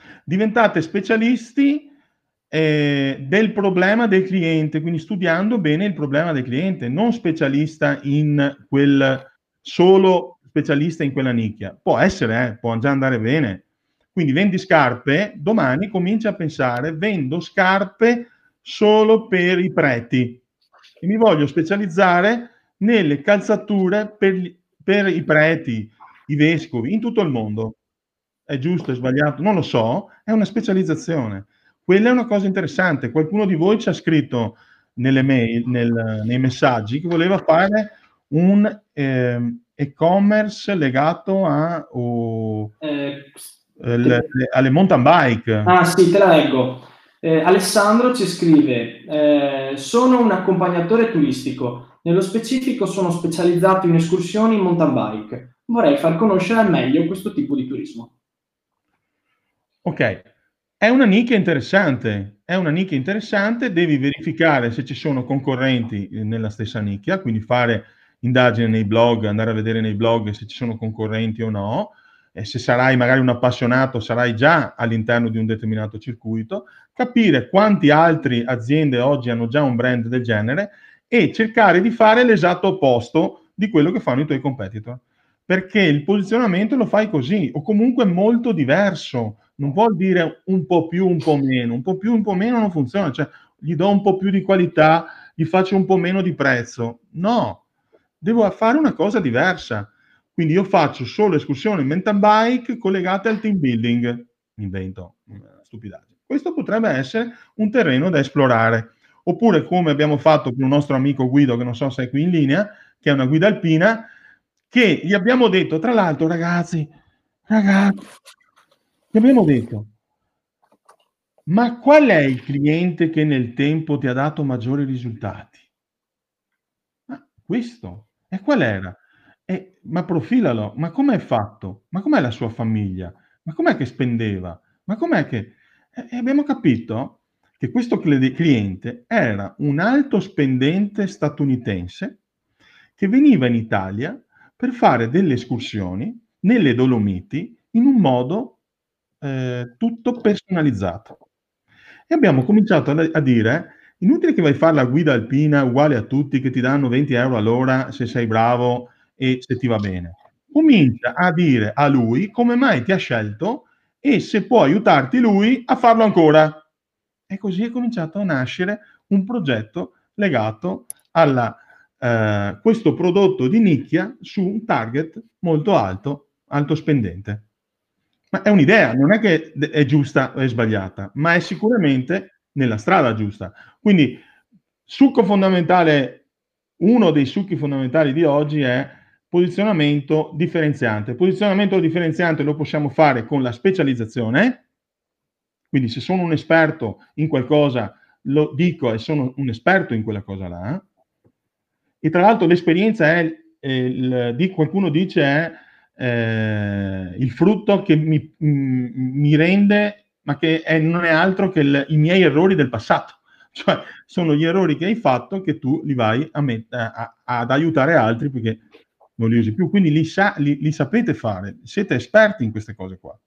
del problema del cliente, quindi studiando bene il problema del cliente, non specialista in quel solo specialista in quella nicchia. Può essere, può già andare bene. Quindi vendi scarpe, domani comincia a pensare, vendo scarpe solo per i preti e mi voglio specializzare nelle calzature per i preti, i vescovi, in tutto il mondo. È giusto, è sbagliato? Non lo so, è una specializzazione. Quella è una cosa interessante. Qualcuno di voi ci ha scritto nelle mail, nei messaggi, che voleva fare un e-commerce legato alle mountain bike. Ah sì, te la leggo. Alessandro ci scrive, sono un accompagnatore turistico, nello specifico sono specializzato in escursioni in mountain bike. Vorrei far conoscere al meglio questo tipo di turismo. Ok, è una nicchia interessante, devi verificare se ci sono concorrenti nella stessa nicchia, quindi fare indagini nei blog, andare a vedere nei blog se ci sono concorrenti o no, e se sarai magari un appassionato sarai già all'interno di un determinato circuito, capire quanti altre aziende oggi hanno già un brand del genere e cercare di fare l'esatto opposto di quello che fanno i tuoi competitor, perché il posizionamento lo fai così, o comunque molto diverso. Non vuol dire un po' più, un po' meno. Un po' più, un po' meno non funziona. Cioè, gli do un po' più di qualità, gli faccio un po' meno di prezzo. No, devo fare una cosa diversa. Quindi io faccio solo escursioni in mountain bike collegate al team building. Mi invento una stupidaggine. Questo potrebbe essere un terreno da esplorare. Oppure, come abbiamo fatto con un nostro amico Guido, che non so se è qui in linea, che è una guida alpina, che gli abbiamo detto, tra l'altro, ragazzi, gli abbiamo detto, ma qual è il cliente che nel tempo ti ha dato maggiori risultati? Ma questo. E qual era? Ma profilalo, ma com'è fatto? Ma com'è la sua famiglia? Ma com'è che spendeva? Ma com'è che... E abbiamo capito che questo cliente era un alto spendente statunitense che veniva in Italia per fare delle escursioni nelle Dolomiti in un modo tutto personalizzato. E abbiamo cominciato a dire, inutile che vai a fare la guida alpina uguale a tutti, che ti danno 20 euro all'ora se sei bravo e se ti va bene. Comincia a dire a lui come mai ti ha scelto e se può aiutarti lui a farlo ancora. E così è cominciato a nascere un progetto legato a questo prodotto di nicchia su un target molto alto spendente. Ma è un'idea, non è che è giusta o è sbagliata, ma è sicuramente nella strada giusta. Quindi, succo fondamentale, uno dei succhi fondamentali di oggi è posizionamento differenziante. Posizionamento differenziante lo possiamo fare con la specializzazione, quindi se sono un esperto in qualcosa lo dico e sono un esperto in quella cosa là. E tra l'altro l'esperienza qualcuno dice è il frutto che mi rende, ma che non è altro che i miei errori del passato. Cioè sono gli errori che hai fatto che tu li vai ad aiutare altri perché non li usi più. Quindi li sapete fare, siete esperti in queste cose qua.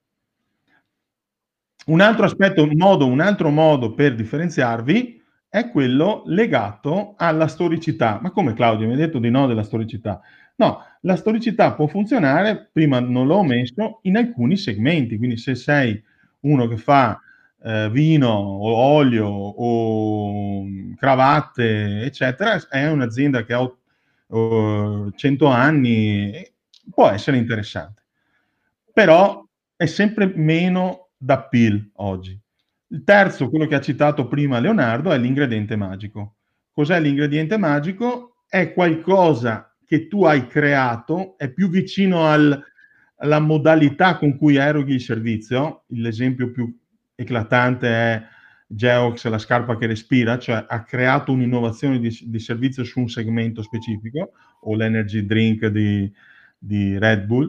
Un altro aspetto, un altro modo per differenziarvi è quello legato alla storicità. Ma come, Claudio, mi hai detto di no della storicità? No, la storicità può funzionare, prima non l'ho messo, in alcuni segmenti. Quindi se sei uno che fa vino o olio o cravatte, eccetera, è un'azienda che ha 100 anni, può essere interessante. Però è sempre meno d'appeal oggi. Il terzo, quello che ha citato prima Leonardo, è l'ingrediente magico. Cos'è l'ingrediente magico? È qualcosa che tu hai creato, è più vicino la modalità con cui eroghi il servizio. L'esempio più eclatante è Geox, la scarpa che respira, cioè ha creato un'innovazione di servizio su un segmento specifico, o l'energy drink di Red Bull,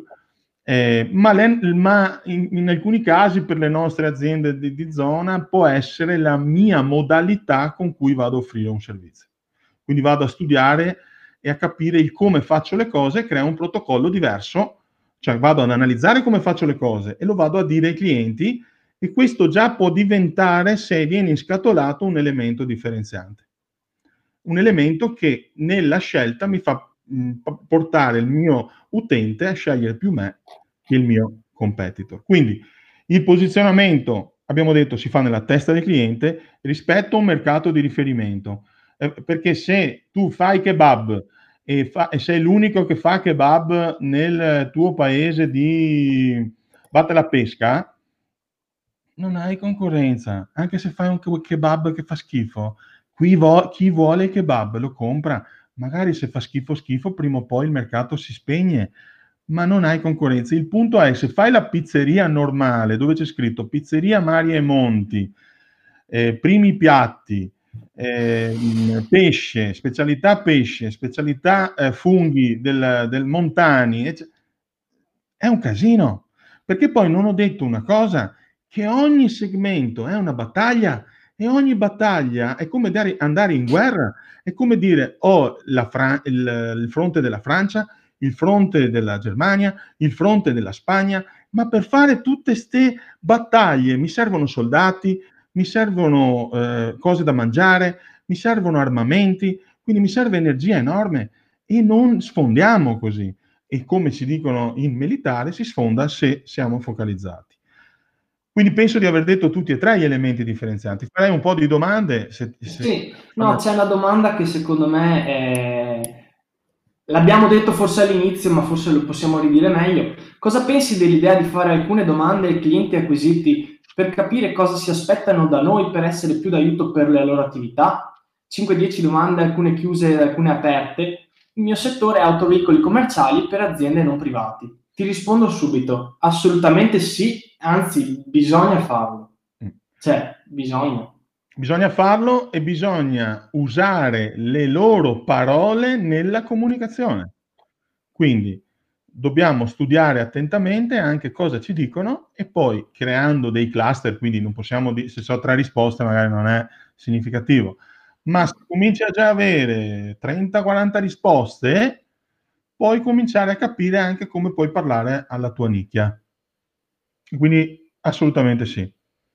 ma in alcuni casi per le nostre aziende di zona può essere la mia modalità con cui vado a offrire un servizio. Quindi vado a studiare e a capire il come faccio le cose e creo un protocollo diverso, cioè vado ad analizzare come faccio le cose e lo vado a dire ai clienti, e questo già può diventare, se viene inscatolato, un elemento differenziante. Un elemento che nella scelta mi fa portare il mio utente a scegliere più me che il mio competitor. Quindi il posizionamento, abbiamo detto, si fa nella testa del cliente rispetto a un mercato di riferimento. Perché se tu fai kebab e sei l'unico che fa kebab nel tuo paese di batte la pesca, non hai concorrenza. Anche se fai un kebab che fa schifo, chi vuole il kebab lo compra. Magari se fa schifo, prima o poi il mercato si spegne, ma non hai concorrenza. Il punto è, se fai la pizzeria normale, dove c'è scritto pizzeria Maria e Monti, primi piatti, pesce, specialità funghi del Montani, è un casino. Perché poi non ho detto una cosa, che ogni segmento è una battaglia, e ogni battaglia è come andare in guerra, è come dire il fronte della Francia, il fronte della Germania, il fronte della Spagna, ma per fare tutte queste battaglie mi servono soldati, mi servono cose da mangiare, mi servono armamenti, quindi mi serve energia enorme, e non sfondiamo così. E come ci dicono in militare, si sfonda se siamo focalizzati. Quindi penso di aver detto tutti e tre gli elementi differenzianti. Farei un po' di domande. Sì, no, c'è una domanda che secondo me l'abbiamo detto forse all'inizio, ma forse lo possiamo ridire meglio. Cosa pensi dell'idea di fare alcune domande ai clienti acquisiti per capire cosa si aspettano da noi per essere più d'aiuto per le loro attività? 5-10 domande, alcune chiuse e alcune aperte. Il mio settore è autoveicoli commerciali per aziende non privati. Ti rispondo subito, assolutamente sì, anzi bisogna farlo. Cioè, bisogna. Bisogna farlo, e bisogna usare le loro parole nella comunicazione. Quindi dobbiamo studiare attentamente anche cosa ci dicono, e poi creando dei cluster, quindi non possiamo dire, se so 3 risposte magari non è significativo, ma se cominci a già avere 30-40 risposte, puoi cominciare a capire anche come puoi parlare alla tua nicchia. Quindi assolutamente sì.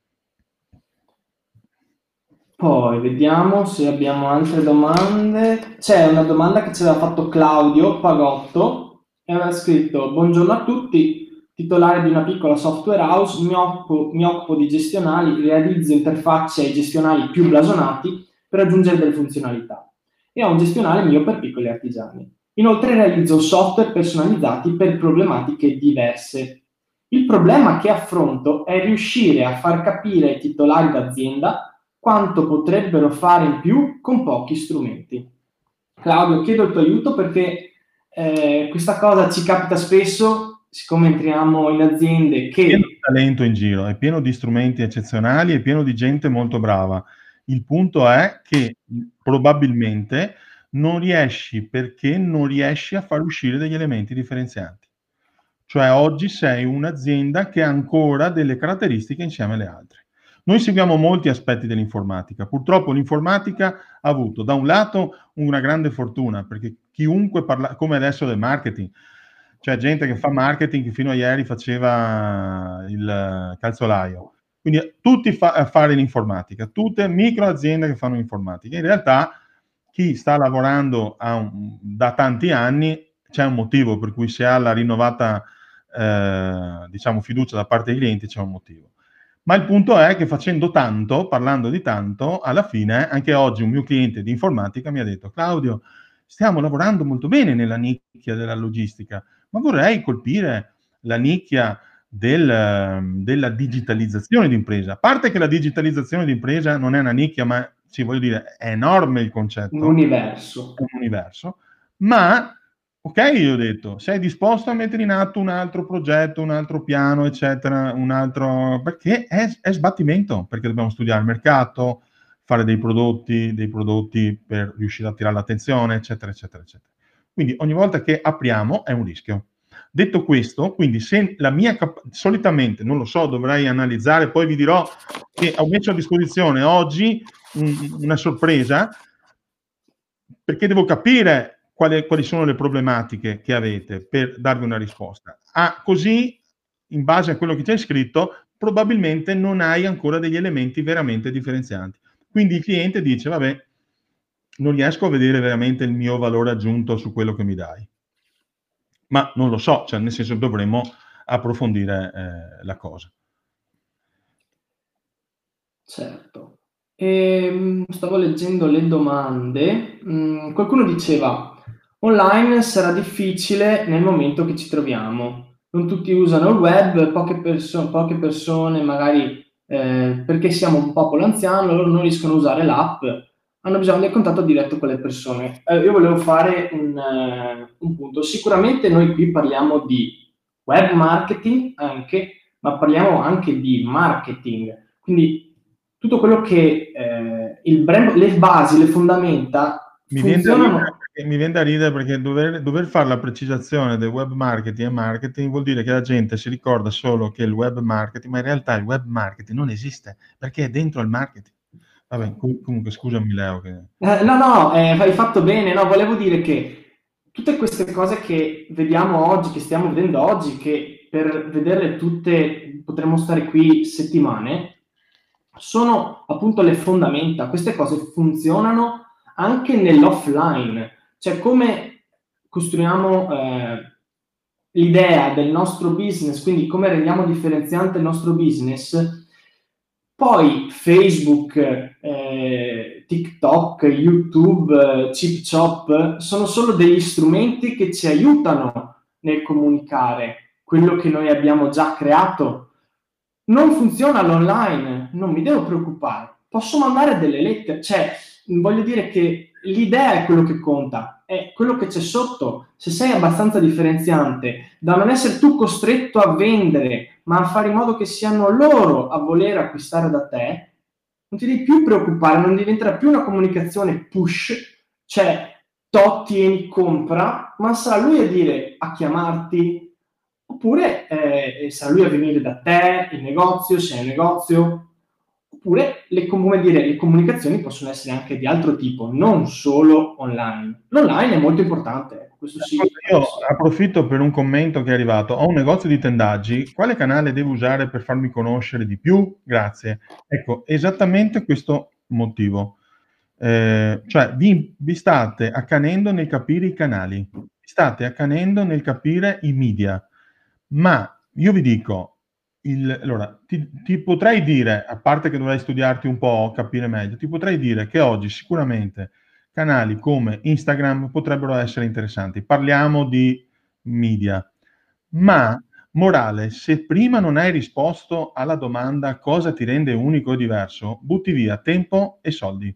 Poi vediamo se abbiamo altre domande. C'è una domanda che ci aveva fatto Claudio Pagotto e aveva scritto: buongiorno a tutti, titolare di una piccola software house, mi occupo di gestionali, realizzo interfacce ai gestionali più blasonati per aggiungere delle funzionalità, e ho un gestionale mio per piccoli artigiani. Inoltre realizzo software personalizzati per problematiche diverse. Il problema che affronto è riuscire a far capire ai titolari d'azienda quanto potrebbero fare in più con pochi strumenti. Claudio, chiedo il tuo aiuto perché questa cosa ci capita spesso, siccome entriamo in aziende che... È pieno di talento in giro, è pieno di strumenti eccezionali, è pieno di gente molto brava. Il punto è che probabilmente non riesci, perché non riesci a far uscire degli elementi differenzianti. Cioè oggi sei un'azienda che ha ancora delle caratteristiche insieme alle altre. Noi seguiamo molti aspetti dell'informatica. Purtroppo l'informatica ha avuto da un lato una grande fortuna, perché chiunque parla, come adesso del marketing, c'è gente che fa marketing che fino a ieri faceva il calzolaio. Quindi tutti a fare l'informatica, tutte micro aziende che fanno informatica. In realtà chi sta lavorando da tanti anni, c'è un motivo per cui si ha la rinnovata diciamo fiducia da parte dei clienti, c'è un motivo. Ma il punto è che facendo tanto, parlando di tanto, alla fine, anche oggi un mio cliente di informatica mi ha detto: Claudio, stiamo lavorando molto bene nella nicchia della logistica, ma vorrei colpire la nicchia della digitalizzazione di impresa. A parte che la digitalizzazione di impresa non è una nicchia, ma sì, voglio dire, è enorme il concetto. Un universo. È un universo. Ma Ok, io ho detto, sei disposto a mettere in atto un altro progetto, un altro piano, eccetera, un altro... perché è sbattimento, perché dobbiamo studiare il mercato, fare dei prodotti per riuscire a attirare l'attenzione, eccetera, eccetera, eccetera. Quindi ogni volta che apriamo è un rischio. Detto questo, quindi se la mia solitamente, non lo so, dovrei analizzare, poi vi dirò che ho messo a disposizione oggi una sorpresa, perché devo capire quali sono le problematiche che avete per darvi una risposta. Così, in base a quello che c'è scritto, probabilmente non hai ancora degli elementi veramente differenzianti. Quindi il cliente dice, vabbè, non riesco a vedere veramente il mio valore aggiunto su quello che mi dai. Ma non lo so, cioè nel senso dovremmo approfondire la cosa. Certo. Stavo leggendo le domande. Qualcuno diceva, online sarà difficile nel momento che ci troviamo. Non tutti usano il web, poche persone magari perché siamo un popolo anziano, loro non riescono a usare l'app, hanno bisogno del contatto diretto con le persone. Io volevo fare un punto. Sicuramente noi qui parliamo di web marketing anche, ma parliamo anche di marketing. Quindi tutto quello che il brand, le basi, le fondamenta Mi viene funzionano. da ridere perché dover fare la precisazione del web marketing e marketing vuol dire che la gente si ricorda solo che il web marketing, ma in realtà il web marketing non esiste perché è dentro il marketing. Vabbè, comunque scusami Leo. No, hai fatto bene. No, volevo dire che tutte queste cose che vediamo oggi, che stiamo vedendo oggi, che per vederle tutte potremmo stare qui settimane, sono appunto le fondamenta. Queste cose funzionano anche nell'offline. Cioè, come costruiamo l'idea del nostro business, quindi come rendiamo differenziante il nostro business, poi Facebook, TikTok, YouTube, Chip Chop sono solo degli strumenti che ci aiutano nel comunicare quello che noi abbiamo già creato. Non funziona l'online, non mi devo preoccupare, posso mandare delle lettere, cioè voglio dire che l'idea è quello che conta, è quello che c'è sotto. Se sei abbastanza differenziante da non essere tu costretto a vendere, ma a fare in modo che siano loro a voler acquistare da te, non ti devi più preoccupare, non diventerà più una comunicazione push, cioè tieni, compra, ma sarà lui a dire, a chiamarti, oppure sarà lui a venire da te, il negozio, se è un negozio, oppure le comunicazioni possono essere anche di altro tipo, non solo online. L'online è molto importante, questo sì. Io approfitto per un commento che è arrivato. Ho un negozio di tendaggi, quale canale devo usare per farmi conoscere di più? Grazie. Ecco, esattamente questo motivo. Cioè, vi state accanendo nel capire i canali, vi state accanendo nel capire i media, ma io vi dico, allora, ti potrei dire, a parte che dovrai studiarti un po', capire meglio, ti potrei dire che oggi sicuramente canali come Instagram potrebbero essere interessanti. Parliamo di media, ma morale, se prima non hai risposto alla domanda cosa ti rende unico e diverso, butti via tempo e soldi.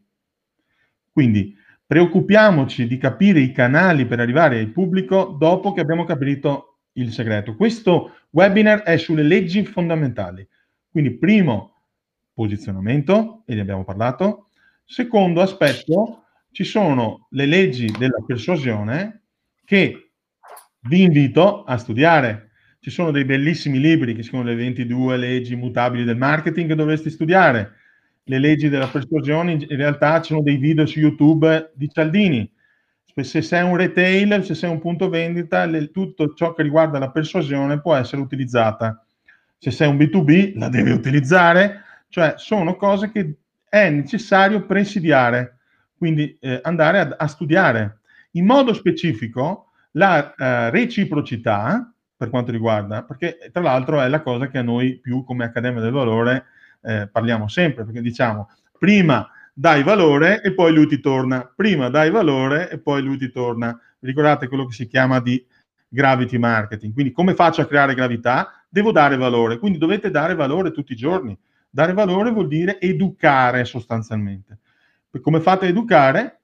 Quindi preoccupiamoci di capire i canali per arrivare al pubblico dopo che abbiamo capito il segreto. Questo webinar è sulle leggi fondamentali. Quindi primo, posizionamento, e ne abbiamo parlato. Secondo aspetto, ci sono le leggi della persuasione che vi invito a studiare. Ci sono dei bellissimi libri che si chiamano le 22 leggi immutabili del marketing che dovresti studiare. Le leggi della persuasione, in realtà ci sono dei video su YouTube di Cialdini. Se sei un retail, se sei un punto vendita, tutto ciò che riguarda la persuasione può essere utilizzata. Se sei un B2B, la devi utilizzare. Cioè, sono cose che è necessario presidiare, quindi andare a studiare. In modo specifico, la reciprocità, per quanto riguarda, perché tra l'altro è la cosa che a noi più come Accademia del Valore parliamo sempre, perché diciamo prima dai valore e poi lui ti torna, prima dai valore e poi lui ti torna. Ricordate quello che si chiama di gravity marketing, quindi come faccio a creare gravità? Devo dare valore, quindi dovete dare valore tutti i giorni. Dare valore vuol dire educare sostanzialmente. Come fate a educare?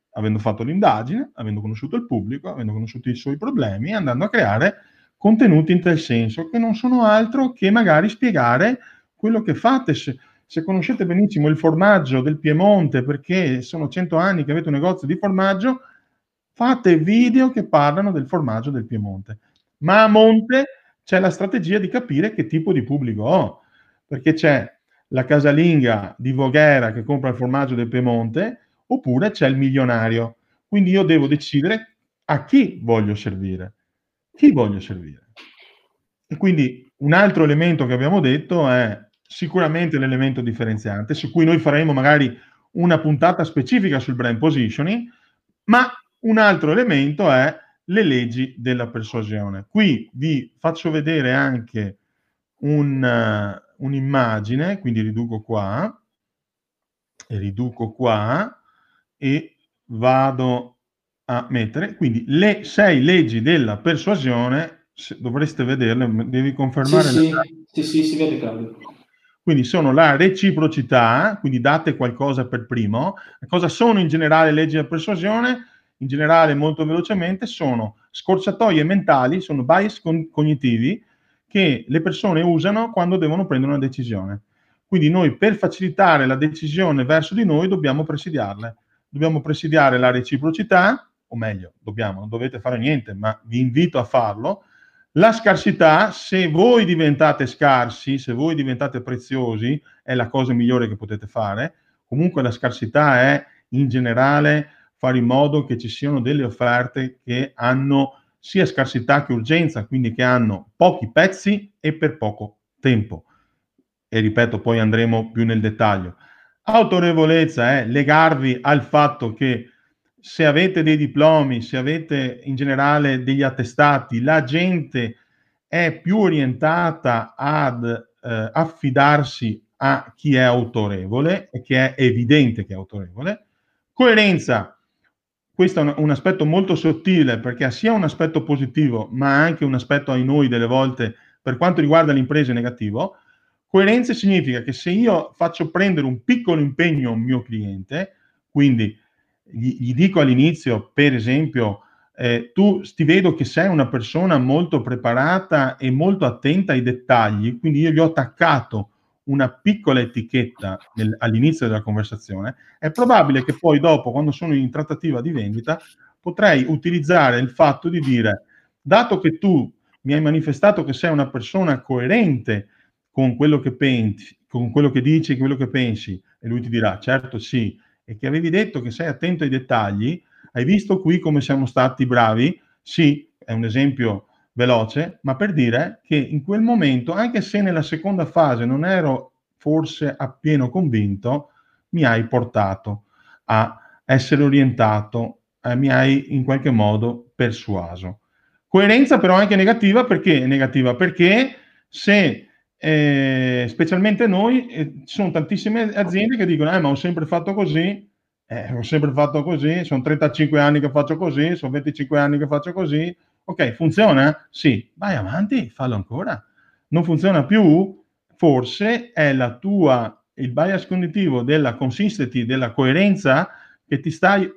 avendo fatto l'indagine, avendo conosciuto il pubblico, avendo conosciuto i suoi problemi, andando a creare contenuti in tal senso, che non sono altro che magari spiegare quello che fate. Se conoscete benissimo il formaggio del Piemonte, perché sono 100 anni che avete un negozio di formaggio, fate video che parlano del formaggio del Piemonte. Ma a monte c'è la strategia di capire che tipo di pubblico ho, perché c'è la casalinga di Voghera che compra il formaggio del Piemonte, oppure c'è il milionario. Quindi io devo decidere a chi voglio servire. Chi voglio servire? E quindi un altro elemento che abbiamo detto è sicuramente l'elemento differenziante, su cui noi faremo magari una puntata specifica sul brand positioning, ma un altro elemento è le leggi della persuasione. Qui vi faccio vedere anche un'immagine, quindi riduco qua e vado a mettere, quindi le 6 leggi della persuasione, dovreste vederle, devi confermare. Sì, si vede, Claudio. Quindi sono la reciprocità, quindi date qualcosa per primo. Cosa sono in generale leggi della persuasione? In generale, molto velocemente, sono scorciatoie mentali, sono bias cognitivi che le persone usano quando devono prendere una decisione. Quindi noi, per facilitare la decisione verso di noi, dobbiamo presidiarle. Dobbiamo presidiare la reciprocità, o meglio, non dovete fare niente, ma vi invito a farlo. La scarsità, se voi diventate scarsi, se voi diventate preziosi, è la cosa migliore che potete fare. Comunque la scarsità è, in generale, fare in modo che ci siano delle offerte che hanno sia scarsità che urgenza, quindi che hanno pochi pezzi e per poco tempo. E ripeto, poi andremo più nel dettaglio. Autorevolezza è legarvi al fatto che se avete dei diplomi, se avete in generale degli attestati, la gente è più orientata ad affidarsi a chi è autorevole e che è evidente che è autorevole. Coerenza, questo è un aspetto molto sottile perché ha sia un aspetto positivo ma anche un aspetto, ai noi, delle volte, per quanto riguarda l'impresa, negativo. Coerenza significa che se io faccio prendere un piccolo impegno a un mio cliente, quindi gli dico all'inizio, per esempio, tu ti vedo che sei una persona molto preparata e molto attenta ai dettagli, quindi io gli ho attaccato una piccola etichetta all'inizio della conversazione, è probabile che poi dopo, quando sono in trattativa di vendita, potrei utilizzare il fatto di dire, dato che tu mi hai manifestato che sei una persona coerente con quello che pensi, con quello che dici e quello che pensi, e lui ti dirà, certo sì, e che avevi detto che sei attento ai dettagli, hai visto qui come siamo stati bravi? Sì, è un esempio veloce, ma per dire che in quel momento, anche se nella seconda fase non ero forse appieno convinto, mi hai portato a essere orientato, mi hai in qualche modo persuaso. Coerenza però anche negativa, perché? Negativa perché se specialmente noi, ci sono tantissime aziende che dicono ma ho sempre fatto così, sono 35 anni che faccio così, sono 25 anni che faccio così, ok, funziona? Sì, vai avanti, fallo ancora. Non funziona più? Forse è il bias cognitivo della consistency, della coerenza che ti stai,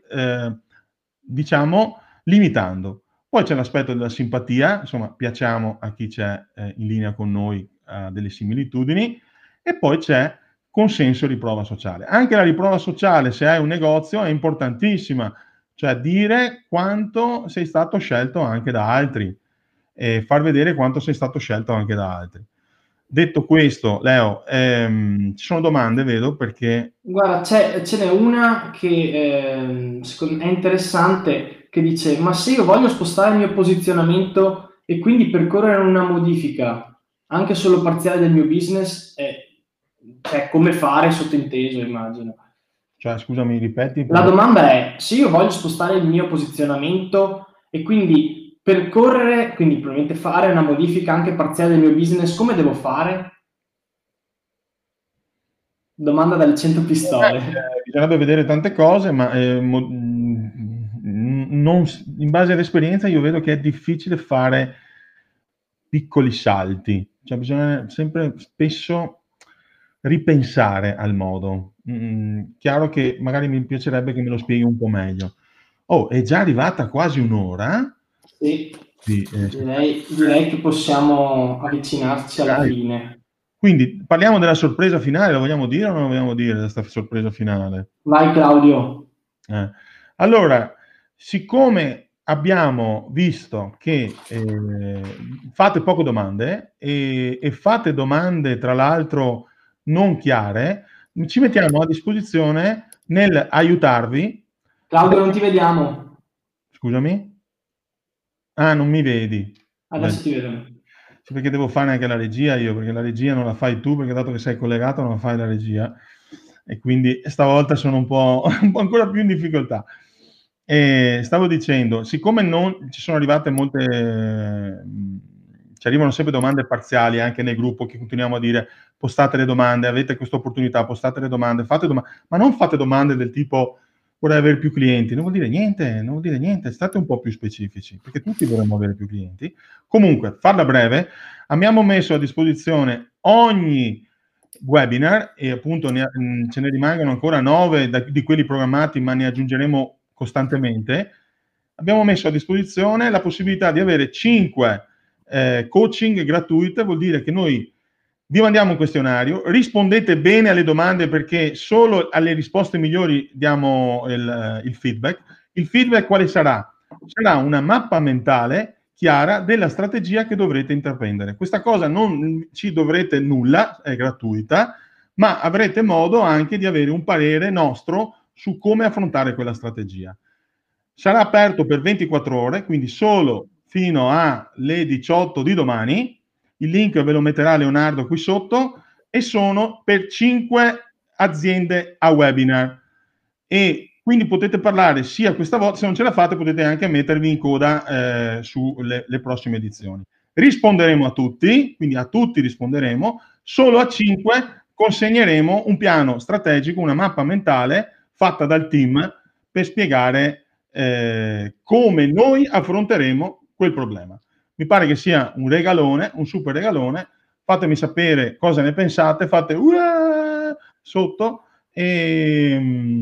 diciamo, limitando. Poi c'è l'aspetto della simpatia, insomma, piacciamo a chi c'è in linea con noi, ha delle similitudini, e poi c'è consenso e riprova sociale. Anche la riprova sociale, se hai un negozio, è importantissima, cioè dire quanto sei stato scelto anche da altri e far vedere quanto sei stato scelto anche da altri. Detto questo, Leo, ci sono domande, vedo, perché... Guarda, ce n'è una che secondo me è interessante, che dice, ma se io voglio spostare il mio posizionamento e quindi percorrere una modifica, anche solo parziale del mio business, cioè come fare, sottinteso, immagino. Cioè, scusami, ripeti? La domanda è, se io voglio spostare il mio posizionamento e quindi percorrere, quindi probabilmente fare una modifica anche parziale del mio business, come devo fare? Domanda dalle 100 pistole. Bisognerebbe vedere tante cose, ma in base all'esperienza io vedo che è difficile fare piccoli salti, cioè bisogna sempre spesso ripensare al modo. Chiaro che magari mi piacerebbe che me lo spieghi un po' meglio. Oh, è già arrivata quasi un'ora. Sì, Sì, direi che possiamo avvicinarci alla fine. Quindi parliamo della sorpresa finale, la vogliamo dire o non la vogliamo dire questa sorpresa finale? Vai Claudio. Allora, siccome abbiamo visto che fate poche domande e fate domande tra l'altro non chiare, ci mettiamo a disposizione nel aiutarvi. Claudio, non ti vediamo. Scusami? Ah, non mi vedi. Adesso ti vedo. Sì, perché devo fare anche la regia io, perché la regia non la fai tu, perché dato che sei collegato non fai la regia. E quindi stavolta sono un po' ancora più in difficoltà. E stavo dicendo, siccome non ci sono arrivate molte, ci arrivano sempre domande parziali anche nel gruppo, che continuiamo a dire postate le domande, avete questa opportunità, postate le domande, fate domande, ma non fate domande del tipo vorrei avere più clienti, non vuol dire niente, state un po' più specifici, perché tutti vorremmo avere più clienti. Comunque, farla breve, abbiamo messo a disposizione ogni webinar e appunto ce ne rimangono ancora 9 di quelli programmati, ma ne aggiungeremo costantemente. Abbiamo messo a disposizione la possibilità di avere 5 coaching gratuite, vuol dire che noi vi mandiamo un questionario, rispondete bene alle domande perché solo alle risposte migliori diamo il feedback. Il feedback quale sarà? Sarà una mappa mentale chiara della strategia che dovrete intraprendere. Questa cosa non ci dovrete nulla, è gratuita, ma avrete modo anche di avere un parere nostro su come affrontare quella strategia. Sarà aperto per 24 ore, quindi solo fino alle 18 di domani. Il link ve lo metterà Leonardo qui sotto e sono per 5 aziende a webinar. E quindi potete parlare sia questa volta, se non ce la fate potete anche mettervi in coda sulle prossime edizioni. Risponderemo a tutti, quindi a tutti risponderemo, solo a 5 consegneremo un piano strategico, una mappa mentale fatta dal team per spiegare come noi affronteremo quel problema. Mi pare che sia un regalone, un super regalone. Fatemi sapere cosa ne pensate, fate sotto e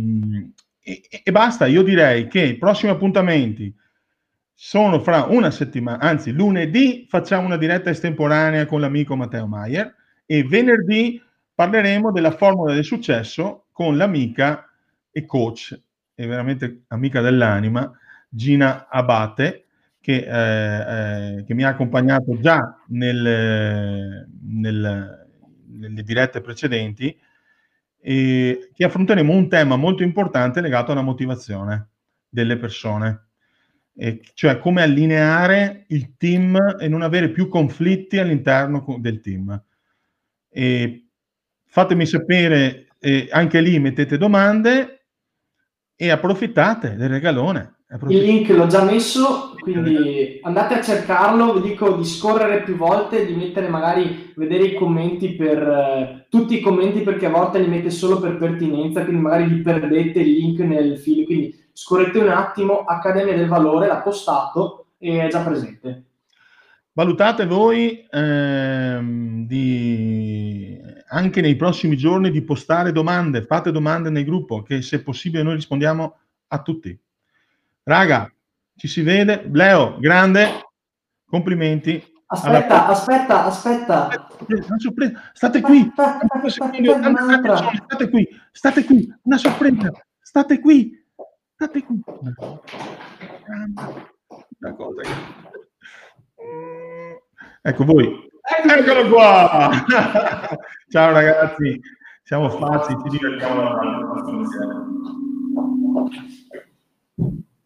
basta. Io direi che i prossimi appuntamenti sono fra una settimana, anzi lunedì facciamo una diretta estemporanea con l'amico Matteo Maier e venerdì parleremo della formula del successo con l'amica e coach e veramente amica dell'anima Gina Abate che mi ha accompagnato già nelle dirette precedenti e che affronteremo un tema molto importante legato alla motivazione delle persone, cioè come allineare il team e non avere più conflitti all'interno del team. E fatemi sapere, anche lì mettete domande e approfittate del regalone. Il link l'ho già messo, quindi andate a cercarlo, vi dico di scorrere più volte, di mettere magari, vedere i commenti per tutti i commenti perché a volte li mette solo per pertinenza, quindi magari vi perdete il link nel filo, quindi scorrete un attimo, Accademia del Valore, l'ha postato e è già presente. Valutate voi anche nei prossimi giorni di postare domande, fate domande nel gruppo che se possibile noi rispondiamo a tutti. Raga, ci si vede. Leo, grande, complimenti. Aspetta. Una sorpresa. State qui. State qui. Una sorpresa. State qui. Una cosa. Ecco voi. Eccolo qua. Ciao ragazzi. Siamo facili, ci divertiamo.